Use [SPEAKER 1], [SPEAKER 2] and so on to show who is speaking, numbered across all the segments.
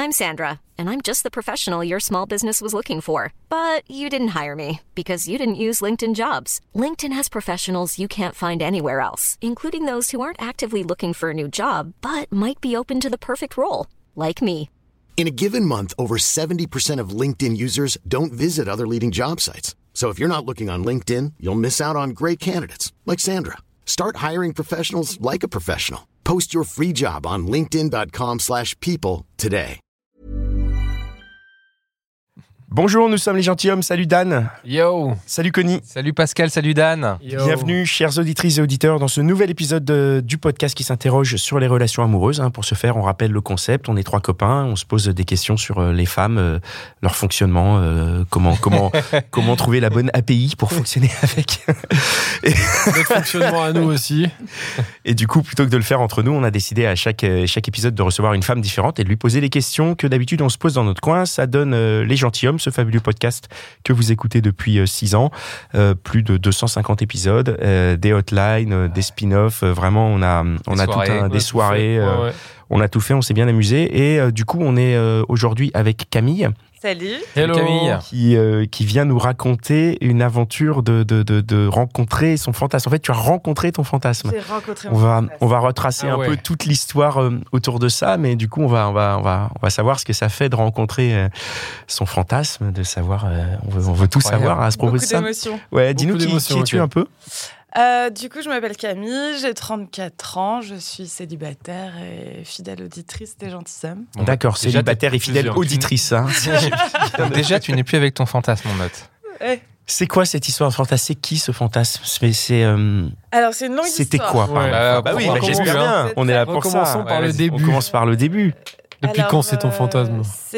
[SPEAKER 1] I'm Sandra, and I'm just the professional your small business was looking for. But you didn't hire me because you didn't use LinkedIn Jobs. LinkedIn has professionals you can't find anywhere else, including those who aren't actively looking for a new job, but might be open to the perfect role, like me.
[SPEAKER 2] In a given month, over 70% of LinkedIn users don't visit other leading job sites. So if you're not looking on LinkedIn, you'll miss out on great candidates like Sandra. Start hiring professionals like a professional. Post your free job on linkedin.com/people today.
[SPEAKER 3] Bonjour, nous sommes les gentilshommes. Salut Dan.
[SPEAKER 4] Yo.
[SPEAKER 3] Salut Connie.
[SPEAKER 4] Salut Pascal, salut Dan.
[SPEAKER 5] Yo.
[SPEAKER 3] Bienvenue, chères auditrices et auditeurs, dans ce nouvel épisode du podcast qui s'interroge sur les relations amoureuses. Pour ce faire, on rappelle le concept. On est trois copains. On se pose des questions sur les femmes, leur fonctionnement, comment trouver la bonne API pour fonctionner avec.
[SPEAKER 5] Notre fonctionnement à nous aussi.
[SPEAKER 3] Et du coup, plutôt que de le faire entre nous, on a décidé à chaque épisode de recevoir une femme différente et de lui poser les questions que d'habitude on se pose dans notre coin. Ça donne les gentilshommes, ce fabuleux podcast que vous écoutez depuis 6 ans, plus de 250 épisodes, des hotlines, des spin-offs, vraiment on a des soirées, on a tout fait, on s'est bien amusé et du coup on est aujourd'hui avec Camille.
[SPEAKER 6] Salut.
[SPEAKER 4] Hello.
[SPEAKER 3] Camille. Qui vient nous raconter une aventure de rencontrer son fantasme. En fait, tu as rencontré ton fantasme.
[SPEAKER 6] J'ai rencontré mon fantasme.
[SPEAKER 3] On va retracer un peu toute l'histoire autour de ça, mais du coup, on va savoir ce que ça fait de rencontrer son fantasme, de savoir. On veut tout savoir à ce propos de ça.
[SPEAKER 6] Beaucoup d'émotions.
[SPEAKER 3] Ouais, dis-nous qui es-tu un peu.
[SPEAKER 6] Du coup, je m'appelle Camille, j'ai 34 ans, je suis célibataire et fidèle auditrice des gentilshommes.
[SPEAKER 3] Bon, d'accord, célibataire et fidèle auditrice. Hein.
[SPEAKER 4] Déjà, tu n'es plus avec ton fantasme, on note.
[SPEAKER 6] Ouais.
[SPEAKER 3] C'est quoi cette histoire de fantasme ? C'est qui ce fantasme ?
[SPEAKER 6] Alors, c'est une longue
[SPEAKER 3] C'était
[SPEAKER 6] histoire.
[SPEAKER 3] quoi ? Oui, j'espère bien. On est là pour ça.
[SPEAKER 5] Recommençons par le début.
[SPEAKER 3] On commence par le début.
[SPEAKER 5] Depuis quand c'est ton fantasme ?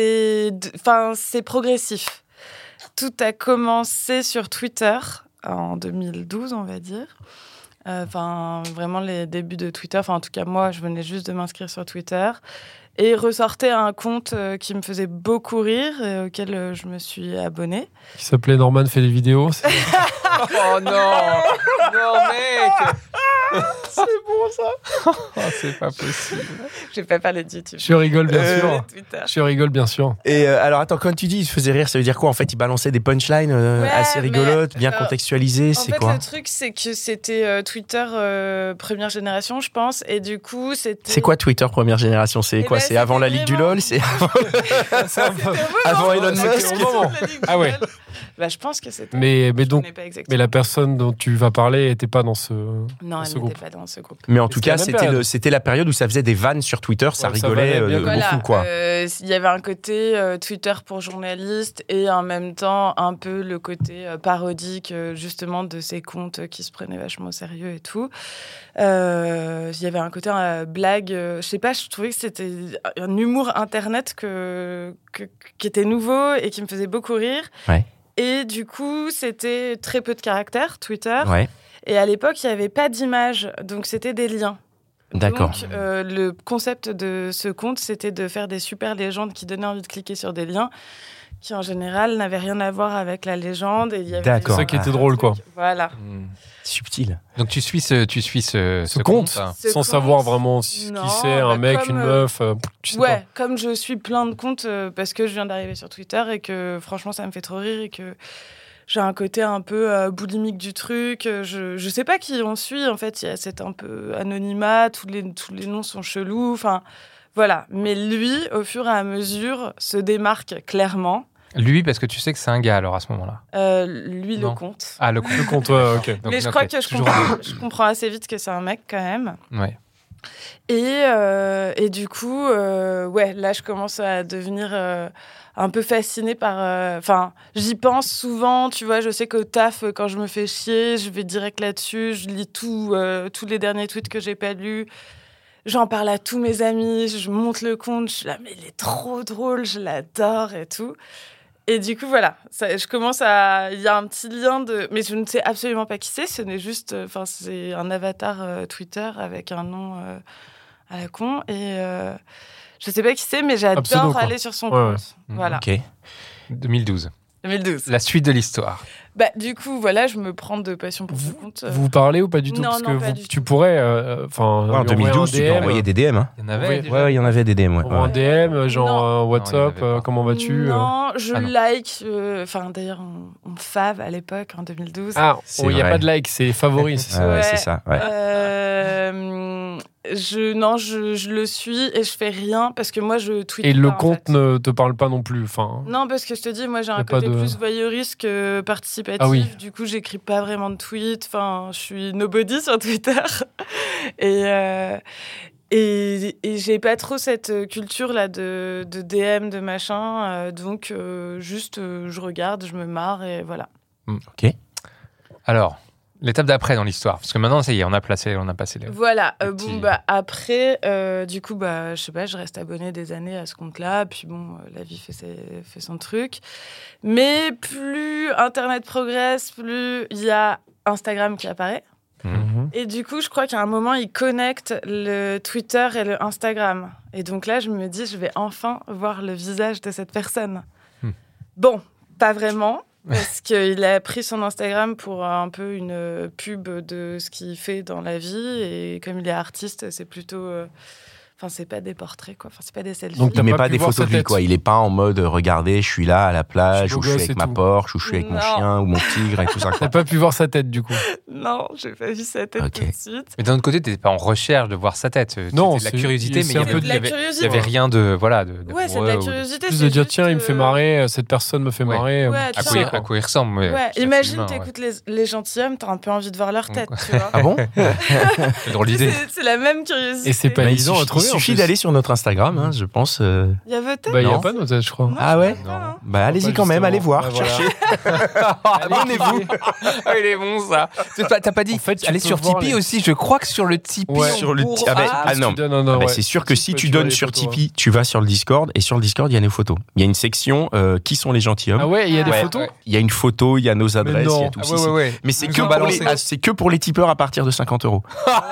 [SPEAKER 6] C'est progressif. Tout a commencé sur Twitter en 2012, on va dire. Vraiment les débuts de Twitter. En tout cas, moi, je venais juste de m'inscrire sur Twitter et ressortait un compte qui me faisait beaucoup rire et auquel je me suis abonnée.
[SPEAKER 5] Qui s'appelait Norman fait des vidéos.
[SPEAKER 4] Oh non. Non, mec.
[SPEAKER 6] C'est bon, ça.
[SPEAKER 4] Oh, c'est pas possible.
[SPEAKER 6] Je vais pas parler de YouTube.
[SPEAKER 5] Je rigole, bien sûr.
[SPEAKER 6] Twitter.
[SPEAKER 5] Je rigole, bien sûr.
[SPEAKER 3] Et alors, attends, quand tu dis il se faisait rire, ça veut dire quoi ? En fait, il balançait des punchlines assez rigolotes, bien contextualisées. C'est quoi ?
[SPEAKER 6] Le truc, c'est que c'était Twitter première génération, je pense. Et du coup, c'était...
[SPEAKER 3] C'est quoi Twitter première génération ? C'est quoi ? C'est avant la Ligue du LOL ? C'est avant Elon Musk ?
[SPEAKER 5] Ah ouais.
[SPEAKER 6] Je pense que c'était...
[SPEAKER 5] Mais la personne dont tu vas parler n'était pas dans ce
[SPEAKER 6] Non, elle
[SPEAKER 5] groupe.
[SPEAKER 6] n'était pas dans ce groupe.
[SPEAKER 3] Mais en tout cas, c'était la période où ça faisait des vannes sur Twitter, ça rigolait beaucoup, quoi.
[SPEAKER 6] Il y avait un côté Twitter pour journalistes et en même temps un peu le côté parodique justement de ces comptes qui se prenaient vachement au sérieux et tout. Il y avait un côté blague, je sais pas, je trouvais que c'était un humour internet qui était nouveau et qui me faisait beaucoup rire.
[SPEAKER 3] Ouais.
[SPEAKER 6] Et du coup, c'était très peu de caractères, Twitter.
[SPEAKER 3] Ouais.
[SPEAKER 6] Et à l'époque, il n'y avait pas d'image, donc c'était des liens.
[SPEAKER 3] D'accord.
[SPEAKER 6] Donc, le concept de ce compte, c'était de faire des super légendes qui donnaient envie de cliquer sur des liens qui, en général, n'avaient rien à voir avec la légende. Et il y avait
[SPEAKER 3] D'accord.
[SPEAKER 5] C'est ça qui était drôle, quoi.
[SPEAKER 6] Voilà.
[SPEAKER 3] Subtil.
[SPEAKER 4] Donc, tu suis ce
[SPEAKER 5] compte, sans savoir vraiment qui c'est, un mec, une meuf. Tu sais pas.
[SPEAKER 6] Comme je suis plein de comptes parce que je viens d'arriver sur Twitter et que, franchement, ça me fait trop rire et que j'ai un côté un peu boulimique du truc. Je sais pas qui on suit. En fait, il y a cet un peu anonymat. Tous les noms sont chelous. Enfin, voilà. Mais lui, au fur et à mesure, se démarque clairement.
[SPEAKER 4] Lui, parce que tu sais que c'est un gars, alors, à ce moment-là.
[SPEAKER 6] Lui,
[SPEAKER 4] Non.
[SPEAKER 6] le compte.
[SPEAKER 4] Ah, le compte.
[SPEAKER 5] Le compte, ok.
[SPEAKER 6] Donc, mais je crois que je comprends assez vite que c'est un mec, quand même.
[SPEAKER 4] Ouais.
[SPEAKER 6] Et du coup, là, je commence à devenir un peu fascinée par... j'y pense souvent, tu vois, je sais qu'au taf, quand je me fais chier, je vais direct là-dessus, je lis tous les derniers tweets que j'ai pas lus, j'en parle à tous mes amis, je monte le compte, je suis là, mais il est trop drôle, je l'adore et tout. Et du coup, voilà, je commence à... Il y a un petit lien de... Mais je ne sais absolument pas qui c'est, ce n'est juste... c'est un avatar Twitter avec un nom à la con. Et je ne sais pas qui c'est, mais j'adore
[SPEAKER 5] pseudo,
[SPEAKER 6] aller sur son compte.
[SPEAKER 5] Ouais.
[SPEAKER 6] Voilà.
[SPEAKER 3] Ok.
[SPEAKER 4] 2012.
[SPEAKER 6] 2012.
[SPEAKER 4] La suite de l'histoire.
[SPEAKER 6] Bah, du coup, voilà, je me prends de passion pour ce compte.
[SPEAKER 5] Vous vous parlez ou pas du tout?
[SPEAKER 6] Non,
[SPEAKER 5] Parce
[SPEAKER 6] non,
[SPEAKER 5] que
[SPEAKER 6] pas du
[SPEAKER 5] tu
[SPEAKER 6] tout.
[SPEAKER 5] pourrais.
[SPEAKER 3] En 2012, tu peux envoyer des DM. Hein.
[SPEAKER 4] Il y en avait déjà.
[SPEAKER 3] Ouais, il y en avait des DM. Ouais.
[SPEAKER 5] En DM, genre WhatsApp,
[SPEAKER 4] Non, il y en avait pas.
[SPEAKER 5] comment vas-tu?
[SPEAKER 6] Non, je
[SPEAKER 4] Ah non.
[SPEAKER 6] like. Enfin, d'ailleurs, on fave à l'époque, en 2012.
[SPEAKER 5] Ah,
[SPEAKER 3] C'est
[SPEAKER 5] il n'y a
[SPEAKER 3] vrai.
[SPEAKER 5] pas de like, c'est favori. c'est ça.
[SPEAKER 3] Ouais, c'est ça. Ouais.
[SPEAKER 6] Je le suis et je fais rien parce que moi, je tweete
[SPEAKER 5] Et
[SPEAKER 6] pas,
[SPEAKER 5] le
[SPEAKER 6] en
[SPEAKER 5] compte
[SPEAKER 6] fait.
[SPEAKER 5] ne te parle pas non plus. Enfin,
[SPEAKER 6] Non, parce que je te dis, moi j'ai
[SPEAKER 5] Y a
[SPEAKER 6] un
[SPEAKER 5] pas
[SPEAKER 6] côté
[SPEAKER 5] de-
[SPEAKER 6] plus voyeuriste que participatif.
[SPEAKER 5] Ah oui.
[SPEAKER 6] Du coup, j'écris pas vraiment de tweets. Enfin, je suis nobody sur Twitter. et j'ai pas trop cette culture là de DM, de machin. Donc, juste, je regarde, je me marre et voilà.
[SPEAKER 3] Ok.
[SPEAKER 4] Alors, l'étape d'après dans l'histoire. Parce que maintenant, ça y est, on a passé les...
[SPEAKER 6] Voilà.
[SPEAKER 4] le petit-
[SPEAKER 6] Bon, bah, après, du coup, bah, je sais pas, je reste abonnée des années à ce compte-là. Puis bon, la vie fait son truc. Mais plus Internet progresse, plus il y a Instagram qui apparaît.
[SPEAKER 5] Mhm.
[SPEAKER 6] Et du coup, je crois qu'à un moment, ils connectent le Twitter et le Instagram. Et donc là, je me dis, je vais enfin voir le visage de cette personne. Bon, pas vraiment. Parce qu'il a pris son Instagram pour un peu une pub de ce qu'il fait dans la vie. Et comme il est artiste, c'est plutôt... Enfin, c'est pas des portraits, quoi. Enfin, c'est pas des selfies.
[SPEAKER 5] Donc,
[SPEAKER 3] Il met
[SPEAKER 5] pas
[SPEAKER 3] pas
[SPEAKER 5] pu
[SPEAKER 3] des
[SPEAKER 5] voir
[SPEAKER 3] photos
[SPEAKER 5] sa
[SPEAKER 3] de lui,
[SPEAKER 5] tête.
[SPEAKER 3] quoi. Il est pas en mode regardez, je suis là à la plage,
[SPEAKER 5] Je
[SPEAKER 3] ou
[SPEAKER 5] suis
[SPEAKER 3] je
[SPEAKER 5] beau
[SPEAKER 3] suis
[SPEAKER 5] gosse
[SPEAKER 3] avec
[SPEAKER 5] et
[SPEAKER 3] ma
[SPEAKER 5] tout.
[SPEAKER 3] Porsche, ou je suis avec mon
[SPEAKER 6] Non.
[SPEAKER 3] chien, ou mon tigre, et tout ça.
[SPEAKER 5] T'as
[SPEAKER 3] Quoi.
[SPEAKER 5] pas pu voir sa tête, du coup.
[SPEAKER 6] Non, j'ai pas vu sa tête
[SPEAKER 3] Ok.
[SPEAKER 6] tout de suite.
[SPEAKER 4] Mais d'un autre côté, t'étais pas en recherche de voir sa tête.
[SPEAKER 5] Non,
[SPEAKER 4] C'était de la
[SPEAKER 5] c'est-
[SPEAKER 4] curiosité, mais
[SPEAKER 5] c'est
[SPEAKER 4] il y
[SPEAKER 5] un
[SPEAKER 4] avait,
[SPEAKER 5] peu
[SPEAKER 6] de
[SPEAKER 4] il y
[SPEAKER 6] la
[SPEAKER 4] avait-
[SPEAKER 6] curiosité.
[SPEAKER 4] il y avait rien de... Voilà,
[SPEAKER 6] Ouais, c'est de la curiosité.
[SPEAKER 5] Plus
[SPEAKER 6] c'est
[SPEAKER 5] de dire,
[SPEAKER 6] juste,
[SPEAKER 5] tiens, il me fait marrer, cette personne me fait
[SPEAKER 4] Ouais.
[SPEAKER 5] marrer.
[SPEAKER 6] Ouais,
[SPEAKER 4] À
[SPEAKER 6] tiens.
[SPEAKER 4] quoi il ressemble.
[SPEAKER 6] Ouais,
[SPEAKER 4] c'est
[SPEAKER 6] imagine,
[SPEAKER 4] humain,
[SPEAKER 6] t'écoutes les gentilshommes, t'as un peu envie de voir leur tête, tu vois.
[SPEAKER 3] Ah bon?
[SPEAKER 4] C'est drôle d'idée.
[SPEAKER 6] C'est la même curiosité.
[SPEAKER 5] Et c'est pas
[SPEAKER 3] Bah, il
[SPEAKER 5] évident à
[SPEAKER 3] suffit,
[SPEAKER 5] trouver.
[SPEAKER 3] il
[SPEAKER 5] en
[SPEAKER 3] suffit
[SPEAKER 5] plus.
[SPEAKER 3] d'aller sur notre Instagram, hein, je pense.
[SPEAKER 6] Il y a vos têtes.
[SPEAKER 5] Bah, il n'y a
[SPEAKER 3] Non.
[SPEAKER 5] pas nos têtes, je crois.
[SPEAKER 3] Ah ouais?
[SPEAKER 6] Non.
[SPEAKER 3] Bah, allez-y
[SPEAKER 5] Pas
[SPEAKER 3] quand même,
[SPEAKER 5] justement.
[SPEAKER 3] allez voir,
[SPEAKER 5] Ouais, voilà.
[SPEAKER 3] cherchez. Abonnez-vous.
[SPEAKER 4] Ah, il est bon, ça. T'as pas dit,
[SPEAKER 5] En fait, tu
[SPEAKER 4] allez
[SPEAKER 5] peux
[SPEAKER 4] sur
[SPEAKER 5] voir
[SPEAKER 4] Tipeee
[SPEAKER 5] les-
[SPEAKER 4] aussi. Je crois que sur le Tipeee,
[SPEAKER 5] Ouais.
[SPEAKER 4] on
[SPEAKER 3] Sur le
[SPEAKER 4] pourra-
[SPEAKER 3] ah, bah, ah non.
[SPEAKER 5] Tu donnes un-
[SPEAKER 3] Ah bah,
[SPEAKER 5] ouais.
[SPEAKER 3] c'est sûr que si tu
[SPEAKER 5] vois
[SPEAKER 3] donnes
[SPEAKER 5] les
[SPEAKER 3] sur
[SPEAKER 5] photos,
[SPEAKER 3] Tipeee, tu vas sur le Discord, et sur le Discord, il y a nos photos. Il y a une section qui sont les gentilshommes.
[SPEAKER 5] Ah ouais, il y a des
[SPEAKER 3] Ouais.
[SPEAKER 5] photos.
[SPEAKER 4] Ouais.
[SPEAKER 3] Il y a une photo, il y a nos adresses, il y a
[SPEAKER 5] non.
[SPEAKER 3] tout.
[SPEAKER 4] Ah
[SPEAKER 3] Si,
[SPEAKER 4] ouais,
[SPEAKER 3] si.
[SPEAKER 4] ouais, ouais.
[SPEAKER 3] Mais c'est
[SPEAKER 4] Ils
[SPEAKER 3] que,
[SPEAKER 4] ont
[SPEAKER 3] pour
[SPEAKER 4] balancé.
[SPEAKER 3] c'est que pour les tipeurs à partir de 50 €.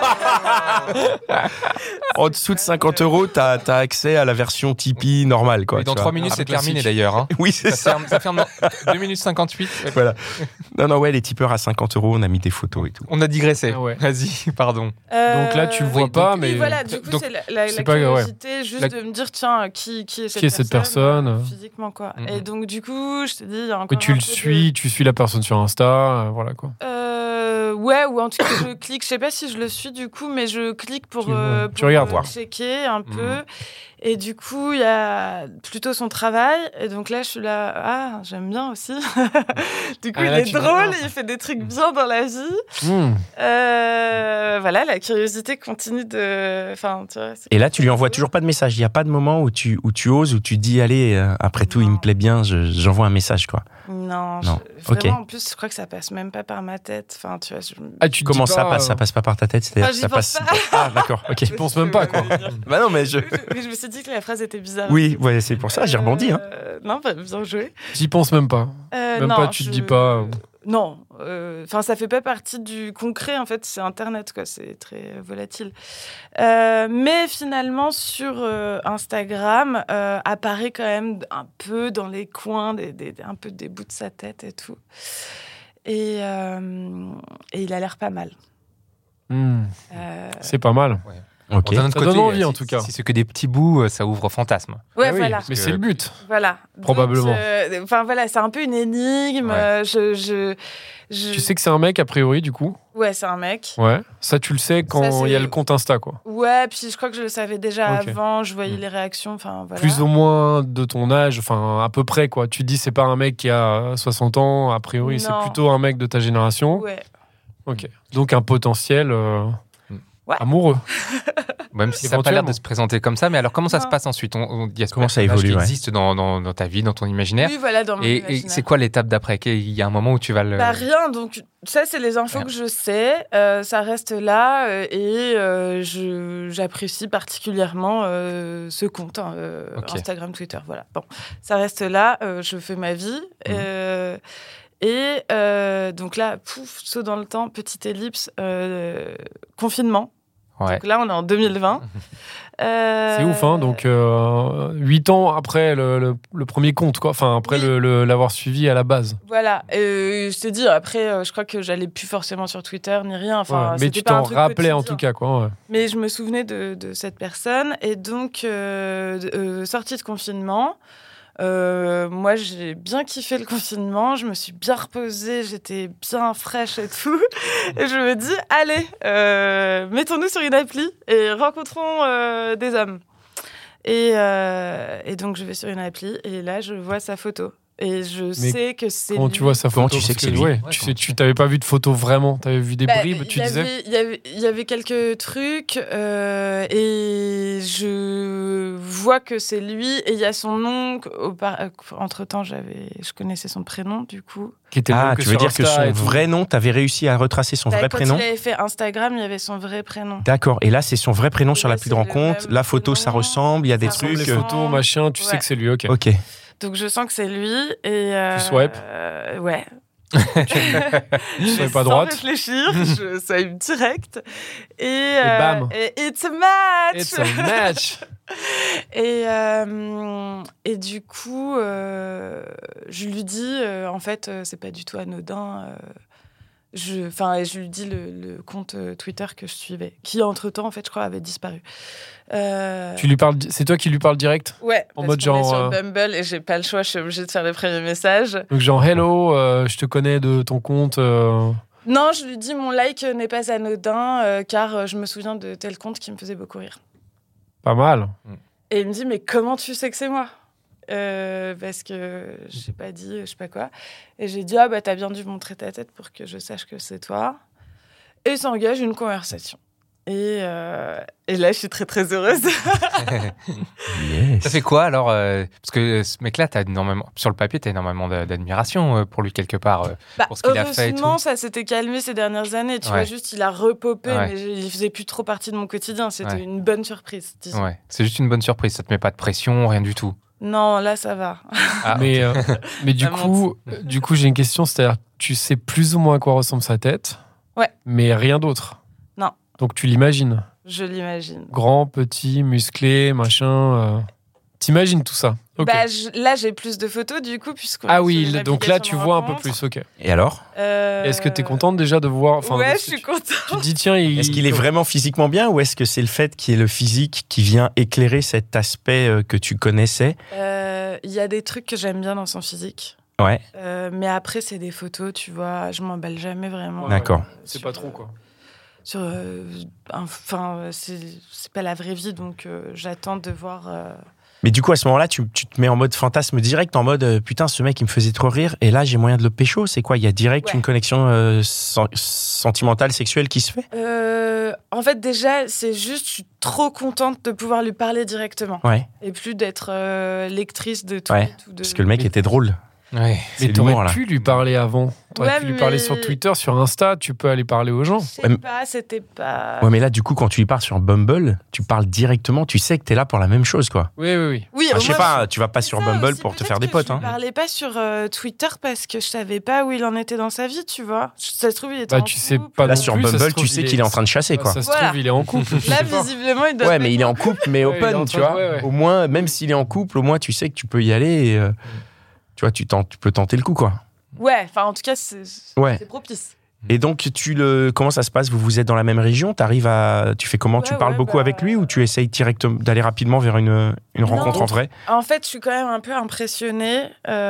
[SPEAKER 3] En dessous de 50 €, t'as accès à la version Tipeee normale. Quoi,
[SPEAKER 4] Mais dans
[SPEAKER 3] tu
[SPEAKER 4] 3
[SPEAKER 3] vois.
[SPEAKER 4] minutes,
[SPEAKER 3] Un
[SPEAKER 4] c'est
[SPEAKER 3] peu
[SPEAKER 4] terminé
[SPEAKER 3] classique.
[SPEAKER 4] d'ailleurs. Hein.
[SPEAKER 3] Oui, c'est ça.
[SPEAKER 4] Ça ferme dans 2 minutes 58.
[SPEAKER 3] Voilà. Non, ouais, les tipeurs à 50 €, on a mis des photos et tout.
[SPEAKER 4] On a digressé.
[SPEAKER 5] Ah ouais.
[SPEAKER 4] Vas-y, pardon.
[SPEAKER 5] Donc là, tu le vois
[SPEAKER 4] oui,
[SPEAKER 5] pas,
[SPEAKER 4] donc-
[SPEAKER 5] mais.
[SPEAKER 6] Et voilà, du coup,
[SPEAKER 4] donc,
[SPEAKER 6] c'est la
[SPEAKER 5] c'est pas grave, ouais.
[SPEAKER 6] curiosité, juste
[SPEAKER 5] La-
[SPEAKER 6] de me dire, tiens, qui est cette
[SPEAKER 5] Qui est cette personne
[SPEAKER 6] physiquement, quoi.
[SPEAKER 4] Mhm.
[SPEAKER 6] Et donc, du coup, je te dis, il y a encore
[SPEAKER 5] Mais tu
[SPEAKER 6] un
[SPEAKER 5] le
[SPEAKER 6] peu de-
[SPEAKER 5] suis, tu suis la personne sur Insta, voilà quoi.
[SPEAKER 6] Ouais, ou en tout cas, je clique. Je sais pas si je le suis du coup, mais je clique pour,
[SPEAKER 5] Tu regardes,
[SPEAKER 3] voir.
[SPEAKER 6] checker un peu. Et du coup, il y a plutôt son travail. Et donc là, je suis là, ah, j'aime bien aussi. Du coup,
[SPEAKER 5] Ah,
[SPEAKER 6] il
[SPEAKER 5] là,
[SPEAKER 6] est
[SPEAKER 5] tu
[SPEAKER 6] drôle,
[SPEAKER 5] vois.
[SPEAKER 6] il fait des trucs bien dans la vie.
[SPEAKER 5] Hmm.
[SPEAKER 6] Voilà, la curiosité continue de. Enfin, tu vois.
[SPEAKER 3] Et là, tu lui envoies toujours pas de message. Il n'y a pas de moment où tu oses, où tu dis, allez, après tout, il me plaît bien, j'envoie un message, quoi.
[SPEAKER 6] Non,
[SPEAKER 3] Non.
[SPEAKER 6] vraiment,
[SPEAKER 3] Ok.
[SPEAKER 6] en plus, je crois que ça passe même pas par ma tête. Enfin, tu vois,
[SPEAKER 5] Ah, tu te
[SPEAKER 3] Comment
[SPEAKER 5] dis
[SPEAKER 3] ça
[SPEAKER 5] pas,
[SPEAKER 3] passe? Ça passe pas par ta tête? C'est-à-dire
[SPEAKER 6] Ah, j'y
[SPEAKER 3] ça
[SPEAKER 6] pense
[SPEAKER 3] passe.
[SPEAKER 6] pas.
[SPEAKER 3] Ah, d'accord, ok.
[SPEAKER 5] Tu penses même pas, quoi.
[SPEAKER 3] Bah non, mais je.
[SPEAKER 6] Mais je me suis dit que la phrase était bizarre.
[SPEAKER 3] Oui, ouais, c'est pour ça, j'ai rebondi. Hein.
[SPEAKER 6] Non, bah, bien joué.
[SPEAKER 5] J'y pense même pas. Même
[SPEAKER 6] non,
[SPEAKER 5] pas, tu te dis pas.
[SPEAKER 6] Non, enfin, ça fait pas partie du concret, en fait, c'est Internet, quoi, c'est très volatile. Mais finalement, sur Instagram, apparaît quand même un peu dans les coins, un peu des bouts de sa tête et tout. Et il a l'air pas mal.
[SPEAKER 5] Hmm. C'est pas mal.
[SPEAKER 3] Ok.
[SPEAKER 4] D'un autre
[SPEAKER 5] Ça donne envie, en tout cas.
[SPEAKER 4] Si c'est que des petits bouts, ça ouvre fantasme.
[SPEAKER 6] Ouais,
[SPEAKER 5] Ah oui,
[SPEAKER 6] voilà.
[SPEAKER 5] Mais c'est le but.
[SPEAKER 6] Voilà.
[SPEAKER 5] Probablement.
[SPEAKER 6] Enfin, voilà, c'est un peu une énigme.
[SPEAKER 4] Ouais.
[SPEAKER 5] Tu sais que c'est un mec, a priori, du coup.
[SPEAKER 6] Ouais, c'est un mec.
[SPEAKER 5] Ouais. Ça, tu le sais
[SPEAKER 6] Ça,
[SPEAKER 5] quand
[SPEAKER 6] c'est-
[SPEAKER 5] il y a le compte Insta, quoi.
[SPEAKER 6] Ouais, puis je crois que je le savais déjà
[SPEAKER 5] Ok.
[SPEAKER 6] avant, je voyais
[SPEAKER 5] Mm.
[SPEAKER 6] les réactions, enfin voilà.
[SPEAKER 5] Plus ou moins de ton âge, enfin, à peu près, quoi. Tu te dis, c'est pas un mec qui a 60 ans, a priori, c'est
[SPEAKER 6] Non.
[SPEAKER 5] plutôt un mec de ta génération.
[SPEAKER 6] Ouais.
[SPEAKER 5] Ok. Donc, un potentiel
[SPEAKER 6] Ouais.
[SPEAKER 5] amoureux.
[SPEAKER 4] Même si ça n'a pas l'air de se présenter comme ça, mais alors comment ça se
[SPEAKER 6] Non.
[SPEAKER 4] passe ensuite? Il y a ce
[SPEAKER 3] Comment ça
[SPEAKER 4] personnage
[SPEAKER 3] évolue,
[SPEAKER 4] qui
[SPEAKER 3] ouais.
[SPEAKER 4] existe dans ta vie, dans ton imaginaire.
[SPEAKER 6] Oui, voilà, dans mon
[SPEAKER 4] Et
[SPEAKER 6] imaginaire.
[SPEAKER 4] c'est quoi l'étape d'après? Il y a un moment où tu vas le...
[SPEAKER 6] Bah rien, donc ça c'est les infos
[SPEAKER 4] Rien.
[SPEAKER 6] que je sais, ça reste là et j'apprécie particulièrement ce compte, hein,
[SPEAKER 4] Ok.
[SPEAKER 6] Instagram, Twitter, voilà. Bon, ça reste là, je fais ma vie et donc là, pouf, saut dans le temps, petite ellipse, confinement.
[SPEAKER 4] Ouais.
[SPEAKER 6] Donc là, on est en 2020.
[SPEAKER 5] C'est ouf, hein. Donc 8 ans après le premier compte, quoi. Enfin, après l'avoir suivi à la base.
[SPEAKER 6] Voilà. Je t'ai dit, après, je crois que j'allais plus forcément sur Twitter ni rien. Enfin,
[SPEAKER 5] Ouais, mais tu t'en rappelais en tout cas, quoi. Ouais.
[SPEAKER 6] Mais je me souvenais de cette personne. Et donc, sortie de confinement, moi, j'ai bien kiffé le confinement. Je me suis bien reposée. J'étais bien fraîche et tout. Et je me dis, allez, mettons-nous sur une appli et rencontrons des hommes. Et donc, je vais sur une appli et là, je vois sa photo. Et je sais que c'est
[SPEAKER 5] Comment
[SPEAKER 6] lui.
[SPEAKER 5] tu vois sa photo?
[SPEAKER 3] Comment tu sais que c'est lui?
[SPEAKER 5] Ouais, tu t'avais pas vu de photo vraiment, t'avais vu des bribes, tu disais.
[SPEAKER 6] Il y avait quelques trucs et je vois que c'est lui et il y a son nom. Entre-temps, je connaissais son prénom du coup.
[SPEAKER 5] Qui était
[SPEAKER 3] Tu veux dire que son vrai nom, t'avais réussi à retracer son vrai prénom?
[SPEAKER 6] Quand il avait fait Instagram, il y avait son vrai prénom.
[SPEAKER 3] D'accord. Et là, c'est son vrai prénom sur l'appli de
[SPEAKER 6] c'est le
[SPEAKER 3] rencontre.
[SPEAKER 6] même
[SPEAKER 3] La photo,
[SPEAKER 6] prénom,
[SPEAKER 3] ça ressemble. Il y a des
[SPEAKER 6] ça
[SPEAKER 3] trucs.
[SPEAKER 5] Les
[SPEAKER 6] ressemble.
[SPEAKER 5] photos, machin, tu sais que c'est lui, ok.
[SPEAKER 3] Ok.
[SPEAKER 6] Donc je sens que c'est lui et
[SPEAKER 5] Tu swipes?
[SPEAKER 6] Ouais.
[SPEAKER 5] Tu savais pas
[SPEAKER 6] Sans
[SPEAKER 5] droite.
[SPEAKER 6] réfléchir, je swipe direct et
[SPEAKER 5] bam.
[SPEAKER 6] et it's a match.
[SPEAKER 5] It's a match.
[SPEAKER 6] Et du coup, je lui dis, en fait, c'est pas du tout anodin. Je lui dis le compte Twitter que je suivais, qui entre-temps, en fait, je crois, avait disparu.
[SPEAKER 5] Tu lui parles, c'est toi qui lui parles direct?
[SPEAKER 6] Ouais,
[SPEAKER 5] En
[SPEAKER 6] parce
[SPEAKER 5] mode
[SPEAKER 6] qu'on est
[SPEAKER 5] genre,
[SPEAKER 6] sur Bumble et j'ai pas le choix, je suis obligée de faire les premiers messages.
[SPEAKER 5] Donc genre hello, je te connais de ton compte.
[SPEAKER 6] Non, je lui dis mon like n'est pas anodin car je me souviens de tel compte qui me faisait beaucoup rire.
[SPEAKER 5] Pas mal.
[SPEAKER 6] Et il me dit mais comment tu sais que c'est moi? Parce que j'ai pas dit je sais pas quoi. Et j'ai dit t'as bien dû montrer ta tête pour que je sache que c'est toi. Et s'engage une conversation. Et là, je suis très très heureuse.
[SPEAKER 3] Yes.
[SPEAKER 4] Ça fait quoi alors parce que ce mec-là, sur le papier, t'as énormément d'admiration pour lui quelque part, pour ce qu'il a fait et tout.
[SPEAKER 6] Heureusement, ça s'était calmé ces dernières années. Tu vois, juste il a repopé,
[SPEAKER 4] Ouais.
[SPEAKER 6] mais il faisait plus trop partie de mon quotidien. C'était
[SPEAKER 4] Ouais.
[SPEAKER 6] une bonne surprise, disons.
[SPEAKER 4] Ouais, c'est juste une bonne surprise. Ça te met pas de pression, rien du tout.
[SPEAKER 6] Non, là, ça va.
[SPEAKER 4] Ah,
[SPEAKER 5] Mais du
[SPEAKER 6] Ça
[SPEAKER 5] coup, j'ai une question, c'est-à-dire, tu sais plus ou moins à quoi ressemble sa tête.
[SPEAKER 6] Ouais.
[SPEAKER 5] Mais rien d'autre.
[SPEAKER 6] Non.
[SPEAKER 5] Donc tu l'imagines.
[SPEAKER 6] Je l'imagine.
[SPEAKER 5] Grand, petit, musclé, machin. T'imagines tout ça. Ok.
[SPEAKER 6] Là, j'ai plus de photos, du coup, puisque.
[SPEAKER 5] Ah oui, donc là, tu vois un peu plus. Ok.
[SPEAKER 3] Et alors?
[SPEAKER 5] Est-ce que t'es contente déjà de voir?
[SPEAKER 6] Ouais, je suis contente.
[SPEAKER 5] Tu te dis, tiens,
[SPEAKER 3] Est-ce qu'il est vraiment physiquement bien ou est-ce que c'est le fait qu'il y ait le physique qui vient éclairer cet aspect que tu connaissais?
[SPEAKER 6] Il y a des trucs que j'aime bien dans son physique.
[SPEAKER 3] Ouais.
[SPEAKER 6] Mais après, c'est des photos, tu vois. Je m'emballe jamais vraiment.
[SPEAKER 3] D'accord.
[SPEAKER 5] C'est pas trop, quoi.
[SPEAKER 6] C'est pas la vraie vie, donc j'attends de voir.
[SPEAKER 3] Mais du coup, à ce moment-là, tu te mets en mode fantasme direct, en mode putain, ce mec, il me faisait trop rire, et là, j'ai moyen de le pécho. C'est quoi? Il y a direct
[SPEAKER 6] Ouais.
[SPEAKER 3] une connexion sentimentale, sexuelle qui se fait?
[SPEAKER 6] En fait, déjà, c'est juste, je suis trop contente de pouvoir lui parler directement.
[SPEAKER 3] Ouais.
[SPEAKER 6] Et plus d'être lectrice de tweets.
[SPEAKER 3] Ouais.
[SPEAKER 6] Ou de...
[SPEAKER 3] Parce que le mec était drôle.
[SPEAKER 4] Ouais.
[SPEAKER 3] C'est
[SPEAKER 5] Mais
[SPEAKER 3] l'humour,
[SPEAKER 5] t'aurais
[SPEAKER 3] là.
[SPEAKER 5] pu lui parler avant. T'aurais
[SPEAKER 6] Ouais,
[SPEAKER 5] pu lui parler
[SPEAKER 6] mais-
[SPEAKER 5] sur Twitter, sur Insta. Tu peux aller parler aux gens.
[SPEAKER 6] Je sais pas, c'était pas.
[SPEAKER 3] Ouais, mais là, du coup, quand tu lui parles sur Bumble, tu parles directement, tu sais que t'es là pour la même chose, quoi.
[SPEAKER 5] Oui, oui, oui.
[SPEAKER 6] Oui,
[SPEAKER 3] Enfin, je sais
[SPEAKER 6] moi,
[SPEAKER 3] pas, tu vas pas
[SPEAKER 6] c'est
[SPEAKER 3] sur
[SPEAKER 6] ça
[SPEAKER 3] Bumble
[SPEAKER 6] aussi.
[SPEAKER 3] pour te
[SPEAKER 6] Peut-être
[SPEAKER 3] faire des
[SPEAKER 6] que
[SPEAKER 3] potes,
[SPEAKER 6] je
[SPEAKER 3] hein.
[SPEAKER 6] lui parlais pas sur Twitter parce que je savais pas où il en était dans sa vie, tu vois. Ça se trouve, il était
[SPEAKER 5] Bah,
[SPEAKER 6] en
[SPEAKER 5] tu sais
[SPEAKER 6] couple.
[SPEAKER 5] pas
[SPEAKER 3] Là,
[SPEAKER 5] non
[SPEAKER 3] sur
[SPEAKER 5] plus, ça se
[SPEAKER 3] Bumble,
[SPEAKER 5] trouve,
[SPEAKER 3] tu sais
[SPEAKER 5] il
[SPEAKER 3] qu'il est en train de chasser, quoi.
[SPEAKER 5] Ça se
[SPEAKER 6] Voilà.
[SPEAKER 5] trouve, il est en couple. je
[SPEAKER 6] Là,
[SPEAKER 5] sais pas.
[SPEAKER 6] visiblement, il doit.
[SPEAKER 3] Ouais, mais il est en couple, mais
[SPEAKER 5] Ouais, il est
[SPEAKER 3] open,
[SPEAKER 5] en
[SPEAKER 3] tu
[SPEAKER 5] train
[SPEAKER 3] vois.
[SPEAKER 5] de- ouais, ouais.
[SPEAKER 3] Au moins, même s'il est en couple, au moins, tu sais que tu peux y aller et, tu vois, tu peux tenter le coup, quoi.
[SPEAKER 6] Ouais, enfin, en tout cas, c'est
[SPEAKER 3] Ouais.
[SPEAKER 6] propice.
[SPEAKER 3] Et donc, comment ça se passe? Vous êtes dans la même région? Tu fais comment? Tu
[SPEAKER 6] Ouais,
[SPEAKER 3] parles
[SPEAKER 6] ouais,
[SPEAKER 3] beaucoup avec lui ou tu essayes directement d'aller rapidement vers une rencontre en vrai?
[SPEAKER 6] En fait, je suis quand même un peu impressionnée.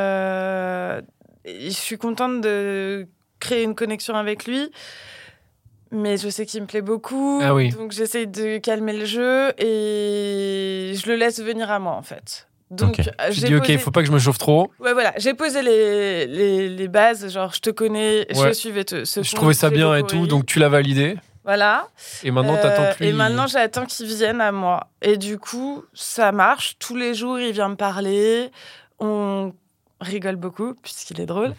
[SPEAKER 6] Je suis contente de créer une connexion avec lui. Mais je sais qu'il me plaît beaucoup.
[SPEAKER 5] Ah oui.
[SPEAKER 6] Donc, j'essaye de calmer le jeu et je le laisse venir à moi, en fait. Donc,
[SPEAKER 3] Ok.
[SPEAKER 5] Tu dis, ok, il faut pas que je me chauffe trop.
[SPEAKER 6] Ouais, voilà. J'ai posé les bases. Genre, je te connais, je
[SPEAKER 5] Ouais.
[SPEAKER 6] suivais ce
[SPEAKER 5] Je
[SPEAKER 6] compte,
[SPEAKER 5] trouvais ça
[SPEAKER 6] j'ai
[SPEAKER 5] bien et
[SPEAKER 6] beaucoup
[SPEAKER 5] tout,
[SPEAKER 6] ri.
[SPEAKER 5] donc tu l'as validé.
[SPEAKER 6] Voilà.
[SPEAKER 5] Et maintenant, t'attends plus.
[SPEAKER 6] Et maintenant, j'attends qu'il vienne à moi. Et du coup, ça marche. Tous les jours, il vient me parler. On rigole beaucoup, puisqu'il est drôle.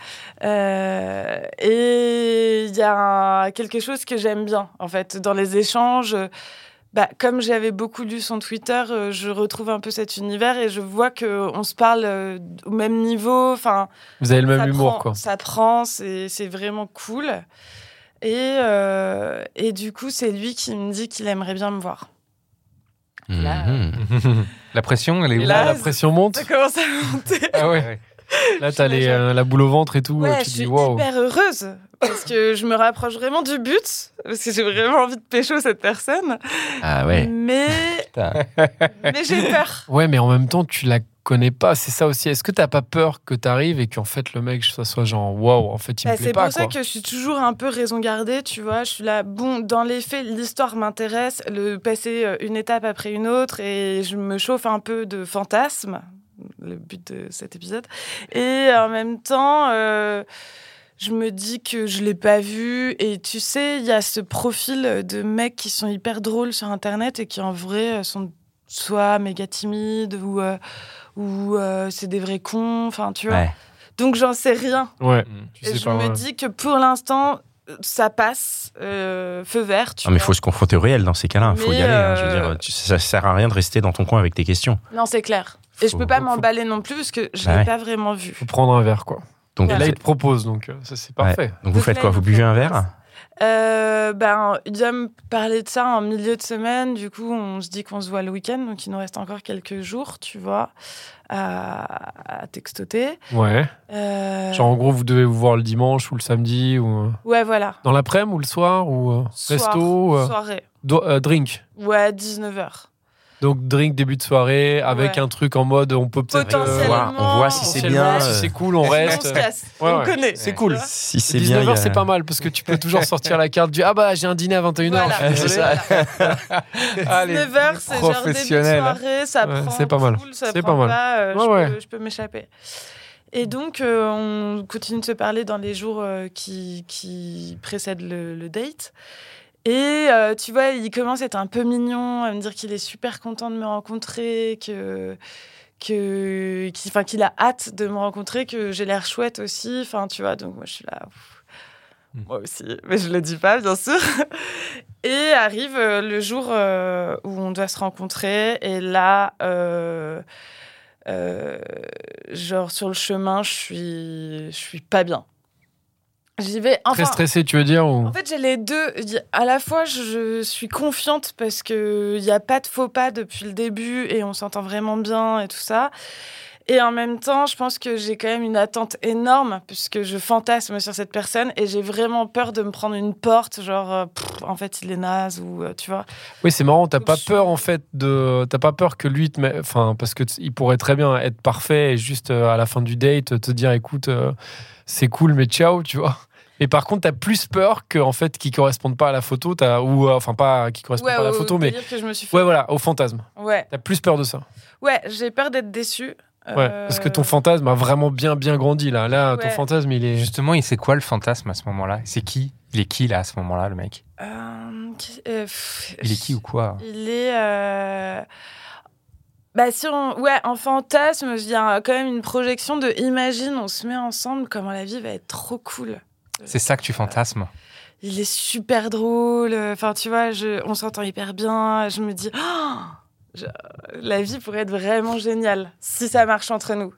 [SPEAKER 6] Et il y a quelque chose que j'aime bien, en fait, dans les échanges. Bah, comme j'avais beaucoup lu son Twitter, je retrouve un peu cet univers et je vois qu'on se parle au même niveau. Enfin,
[SPEAKER 5] Vous avez le même
[SPEAKER 6] ça
[SPEAKER 5] humour,
[SPEAKER 6] prend,
[SPEAKER 5] quoi.
[SPEAKER 6] Ça prend, c'est vraiment cool. Et du coup, c'est lui qui me dit qu'il aimerait bien me voir. Là,
[SPEAKER 4] La pression, elle est où?
[SPEAKER 6] là,
[SPEAKER 5] La pression monte.
[SPEAKER 6] ça commence à monter.
[SPEAKER 5] Ah ouais. Là, t'as la boule au ventre et tout.
[SPEAKER 6] Ouais,
[SPEAKER 5] tu
[SPEAKER 6] je
[SPEAKER 5] dis
[SPEAKER 6] suis
[SPEAKER 5] waouh.
[SPEAKER 6] hyper heureuse parce que je me rapproche vraiment du but, parce que j'ai vraiment envie de pécho cette personne.
[SPEAKER 3] Ah ouais.
[SPEAKER 6] Mais j'ai peur.
[SPEAKER 5] Ouais, mais en même temps, tu la connais pas. C'est ça aussi. Est-ce que t'as pas peur que t'arrives et qu'en fait le mec ça soit genre waouh, en fait il me plaît
[SPEAKER 6] C'est
[SPEAKER 5] pas
[SPEAKER 6] pour ça
[SPEAKER 5] quoi.
[SPEAKER 6] que je suis toujours un peu raison gardée, tu vois. Je suis là, bon, dans les faits, l'histoire m'intéresse, le passer une étape après une autre, et je me chauffe un peu de fantasmes, le but de cet épisode. Et en même temps, je me dis que je l'ai pas vu. Et tu sais, il y a ce profil de mecs qui sont hyper drôles sur Internet et qui en vrai sont soit méga timides ou c'est des vrais cons, enfin tu vois.
[SPEAKER 3] Ouais.
[SPEAKER 6] Donc j'en sais rien.
[SPEAKER 5] Ouais. Tu
[SPEAKER 6] Et
[SPEAKER 5] sais
[SPEAKER 6] je
[SPEAKER 5] pas.
[SPEAKER 6] me
[SPEAKER 5] ouais.
[SPEAKER 6] dis que pour l'instant, ça passe, feu vert. Tu
[SPEAKER 3] Non, mais il
[SPEAKER 6] vois.
[SPEAKER 3] faut se confronter au réel dans ces cas-là. Il faut y
[SPEAKER 6] Mais,
[SPEAKER 3] aller. Je veux dire, ça sert à rien de rester dans ton coin avec tes questions.
[SPEAKER 6] Non, c'est clair. Et je
[SPEAKER 3] Faut-
[SPEAKER 6] peux pas
[SPEAKER 3] faut-
[SPEAKER 6] m'emballer non plus parce que je
[SPEAKER 3] Bah
[SPEAKER 6] l'ai
[SPEAKER 3] ouais.
[SPEAKER 6] pas vraiment vu.
[SPEAKER 5] Faut prendre un verre quoi.
[SPEAKER 3] Donc,
[SPEAKER 6] Ouais.
[SPEAKER 5] Et là il te propose donc ça c'est parfait.
[SPEAKER 3] Ouais. Donc vous
[SPEAKER 6] Donc
[SPEAKER 3] faites
[SPEAKER 6] là,
[SPEAKER 3] quoi?
[SPEAKER 6] il
[SPEAKER 3] Vous
[SPEAKER 6] nous
[SPEAKER 3] buvez un
[SPEAKER 6] propose.
[SPEAKER 3] verre?
[SPEAKER 6] Il doit me parler de ça en milieu de semaine. Du coup, on se dit qu'on se voit le week-end. Donc, il nous reste encore quelques jours, tu vois, à textoter.
[SPEAKER 5] Ouais. Genre en gros vous devez vous voir le dimanche ou le samedi ou
[SPEAKER 6] Ouais, voilà.
[SPEAKER 5] dans l'après-midi ou le soir ou resto
[SPEAKER 6] Soirée.
[SPEAKER 5] drink.
[SPEAKER 6] Ouais, 19h.
[SPEAKER 5] Donc drink début de soirée avec
[SPEAKER 6] Ouais.
[SPEAKER 5] un truc en mode on peut peut-être
[SPEAKER 6] Potentiellement.
[SPEAKER 3] on voit si c'est
[SPEAKER 5] potentiellement,
[SPEAKER 3] bien,
[SPEAKER 5] si c'est cool on
[SPEAKER 6] Sinon,
[SPEAKER 5] reste.
[SPEAKER 6] on se casse.
[SPEAKER 5] Ouais,
[SPEAKER 6] on
[SPEAKER 5] ouais.
[SPEAKER 6] connaît.
[SPEAKER 5] C'est cool.
[SPEAKER 3] Si c'est bien.
[SPEAKER 5] 19h
[SPEAKER 3] il y a-
[SPEAKER 5] c'est pas mal parce que tu peux toujours sortir la carte du ah bah j'ai un dîner à 21h.
[SPEAKER 6] Voilà.
[SPEAKER 5] Je suis désolé.
[SPEAKER 4] Allez,
[SPEAKER 6] 19h, c'est genre début de
[SPEAKER 4] professionnel.
[SPEAKER 6] soirée, ça
[SPEAKER 5] Ouais,
[SPEAKER 6] prend
[SPEAKER 5] c'est pas mal.
[SPEAKER 6] full, ça
[SPEAKER 5] C'est
[SPEAKER 6] prend
[SPEAKER 5] pas mal.
[SPEAKER 6] pas,
[SPEAKER 5] Ouais, ouais.
[SPEAKER 6] je peux m'échapper. Et donc, on continue de se parler dans les jours qui précèdent le date. Et tu vois, il commence à être un peu mignon, à me dire qu'il est super content de me rencontrer, qu'il a hâte de me rencontrer, que j'ai l'air chouette aussi. Enfin, tu vois, donc moi, je suis là... Moi aussi, mais je le dis pas, bien sûr. Et arrive le jour où on doit se rencontrer. Et là, genre sur le chemin, je suis pas bien. J'y vais. Enfin,
[SPEAKER 5] Très stressé tu veux dire ou
[SPEAKER 6] en fait, j'ai les deux. À la fois, je suis confiante parce qu'il n'y a pas de faux pas depuis le début et on s'entend vraiment bien et tout ça. Et en même temps, je pense que j'ai quand même une attente énorme puisque je fantasme sur cette personne et j'ai vraiment peur de me prendre une porte, genre, en fait, il est naze ou tu vois.
[SPEAKER 5] Oui, c'est marrant, t'as
[SPEAKER 6] Donc,
[SPEAKER 5] pas
[SPEAKER 6] je-
[SPEAKER 5] peur en fait t'as pas peur que lui enfin parce que il pourrait très bien être parfait et juste à la fin du date te dire écoute c'est cool mais ciao, tu vois. Et par contre, t'as plus peur que en fait qu'il corresponde pas à la photo, enfin pas qu'il corresponde pas à la photo mais
[SPEAKER 6] que je me suis fait.
[SPEAKER 5] ouais voilà, au fantasme.
[SPEAKER 6] Ouais,
[SPEAKER 5] T'as plus peur de ça.
[SPEAKER 6] ouais, j'ai peur d'être déçue.
[SPEAKER 5] Ouais, parce que ton fantasme a vraiment bien grandi là. Là, ton
[SPEAKER 6] Ouais.
[SPEAKER 5] fantasme, il est
[SPEAKER 4] Justement, il sait quoi le fantasme à ce moment-là? C'est qui? Il est qui là à ce moment-là, le mec? Il est qui ou quoi?
[SPEAKER 6] Il est. Bah, en fantasme, il y a quand même une projection de imagine, on se met ensemble, comment la vie va être trop cool.
[SPEAKER 4] C'est ça que tu fantasmes?
[SPEAKER 6] Il est super drôle. Enfin, tu vois, on s'entend hyper bien. Je me dis, la vie pourrait être vraiment géniale si ça marche entre nous.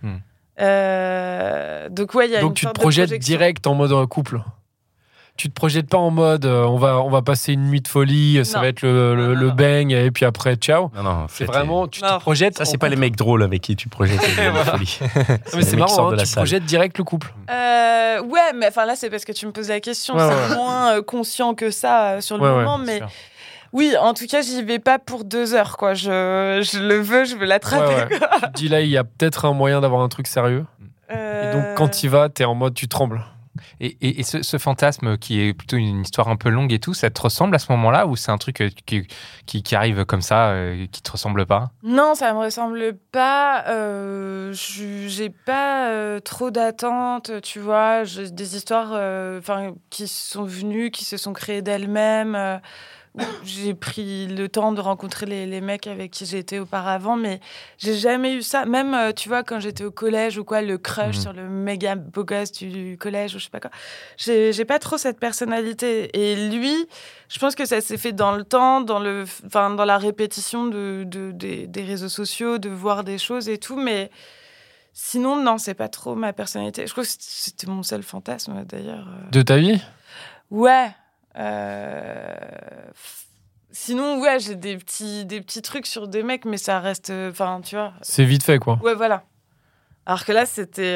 [SPEAKER 6] Donc, ouais, il y a
[SPEAKER 5] donc
[SPEAKER 6] une
[SPEAKER 5] tu te
[SPEAKER 6] sorte de
[SPEAKER 5] projettes
[SPEAKER 6] projection.
[SPEAKER 5] direct en mode couple. Tu te projettes pas en mode on va passer une nuit de folie, ça
[SPEAKER 6] Non.
[SPEAKER 5] va être le
[SPEAKER 6] non.
[SPEAKER 5] bang et puis après ciao.
[SPEAKER 3] Non, non.
[SPEAKER 5] C'est vraiment tu te
[SPEAKER 6] Non.
[SPEAKER 5] projettes.
[SPEAKER 3] Ça, c'est
[SPEAKER 5] en
[SPEAKER 3] pas les
[SPEAKER 5] couple.
[SPEAKER 3] mecs drôles avec qui tu projettes la folie.
[SPEAKER 5] Non, mais c'est
[SPEAKER 3] les mecs qui
[SPEAKER 5] marrant,
[SPEAKER 3] sortent de
[SPEAKER 5] hein,
[SPEAKER 3] la
[SPEAKER 5] tu
[SPEAKER 3] salle.
[SPEAKER 5] projettes direct le couple.
[SPEAKER 6] Ouais, mais enfin là, c'est parce que tu me poses la question.
[SPEAKER 5] Ouais,
[SPEAKER 6] c'est
[SPEAKER 5] ouais.
[SPEAKER 6] moins conscient que ça sur le
[SPEAKER 5] Ouais,
[SPEAKER 6] moment,
[SPEAKER 5] ouais,
[SPEAKER 6] mais
[SPEAKER 4] sûr.
[SPEAKER 6] oui, en tout cas, j'y vais pas pour 2 heures, quoi. Je le veux, je veux l'attraper.
[SPEAKER 5] Ouais, ouais.
[SPEAKER 6] Quoi.
[SPEAKER 5] Tu te dis là, il y a peut-être un moyen d'avoir un truc sérieux. Et donc quand tu y vas, t'es en mode tu trembles.
[SPEAKER 4] Et ce fantasme qui est plutôt une histoire un peu longue et tout, ça te ressemble à ce moment-là ou c'est un truc qui arrive comme ça, qui te ressemble pas?
[SPEAKER 6] Non, ça me ressemble pas. J'ai pas trop d'attentes, tu vois. J'ai des histoires qui sont venues, qui se sont créées d'elles-mêmes. Où j'ai pris le temps de rencontrer les mecs avec qui j'étais auparavant, mais j'ai jamais eu ça. Même, tu vois, quand j'étais au collège ou quoi, le crush sur le méga beau gosse du collège ou je sais pas quoi. J'ai pas trop cette personnalité. Et lui, je pense que ça s'est fait dans le temps, dans la répétition des réseaux sociaux, de voir des choses et tout, mais sinon, non, c'est pas trop ma personnalité. Je crois que c'était mon seul fantasme, d'ailleurs.
[SPEAKER 5] De ta vie?
[SPEAKER 6] Ouais. Sinon, ouais, j'ai des petits trucs sur des mecs, mais ça reste... Enfin, tu vois.
[SPEAKER 5] C'est vite fait, quoi.
[SPEAKER 6] Ouais, voilà. Alors que là, c'était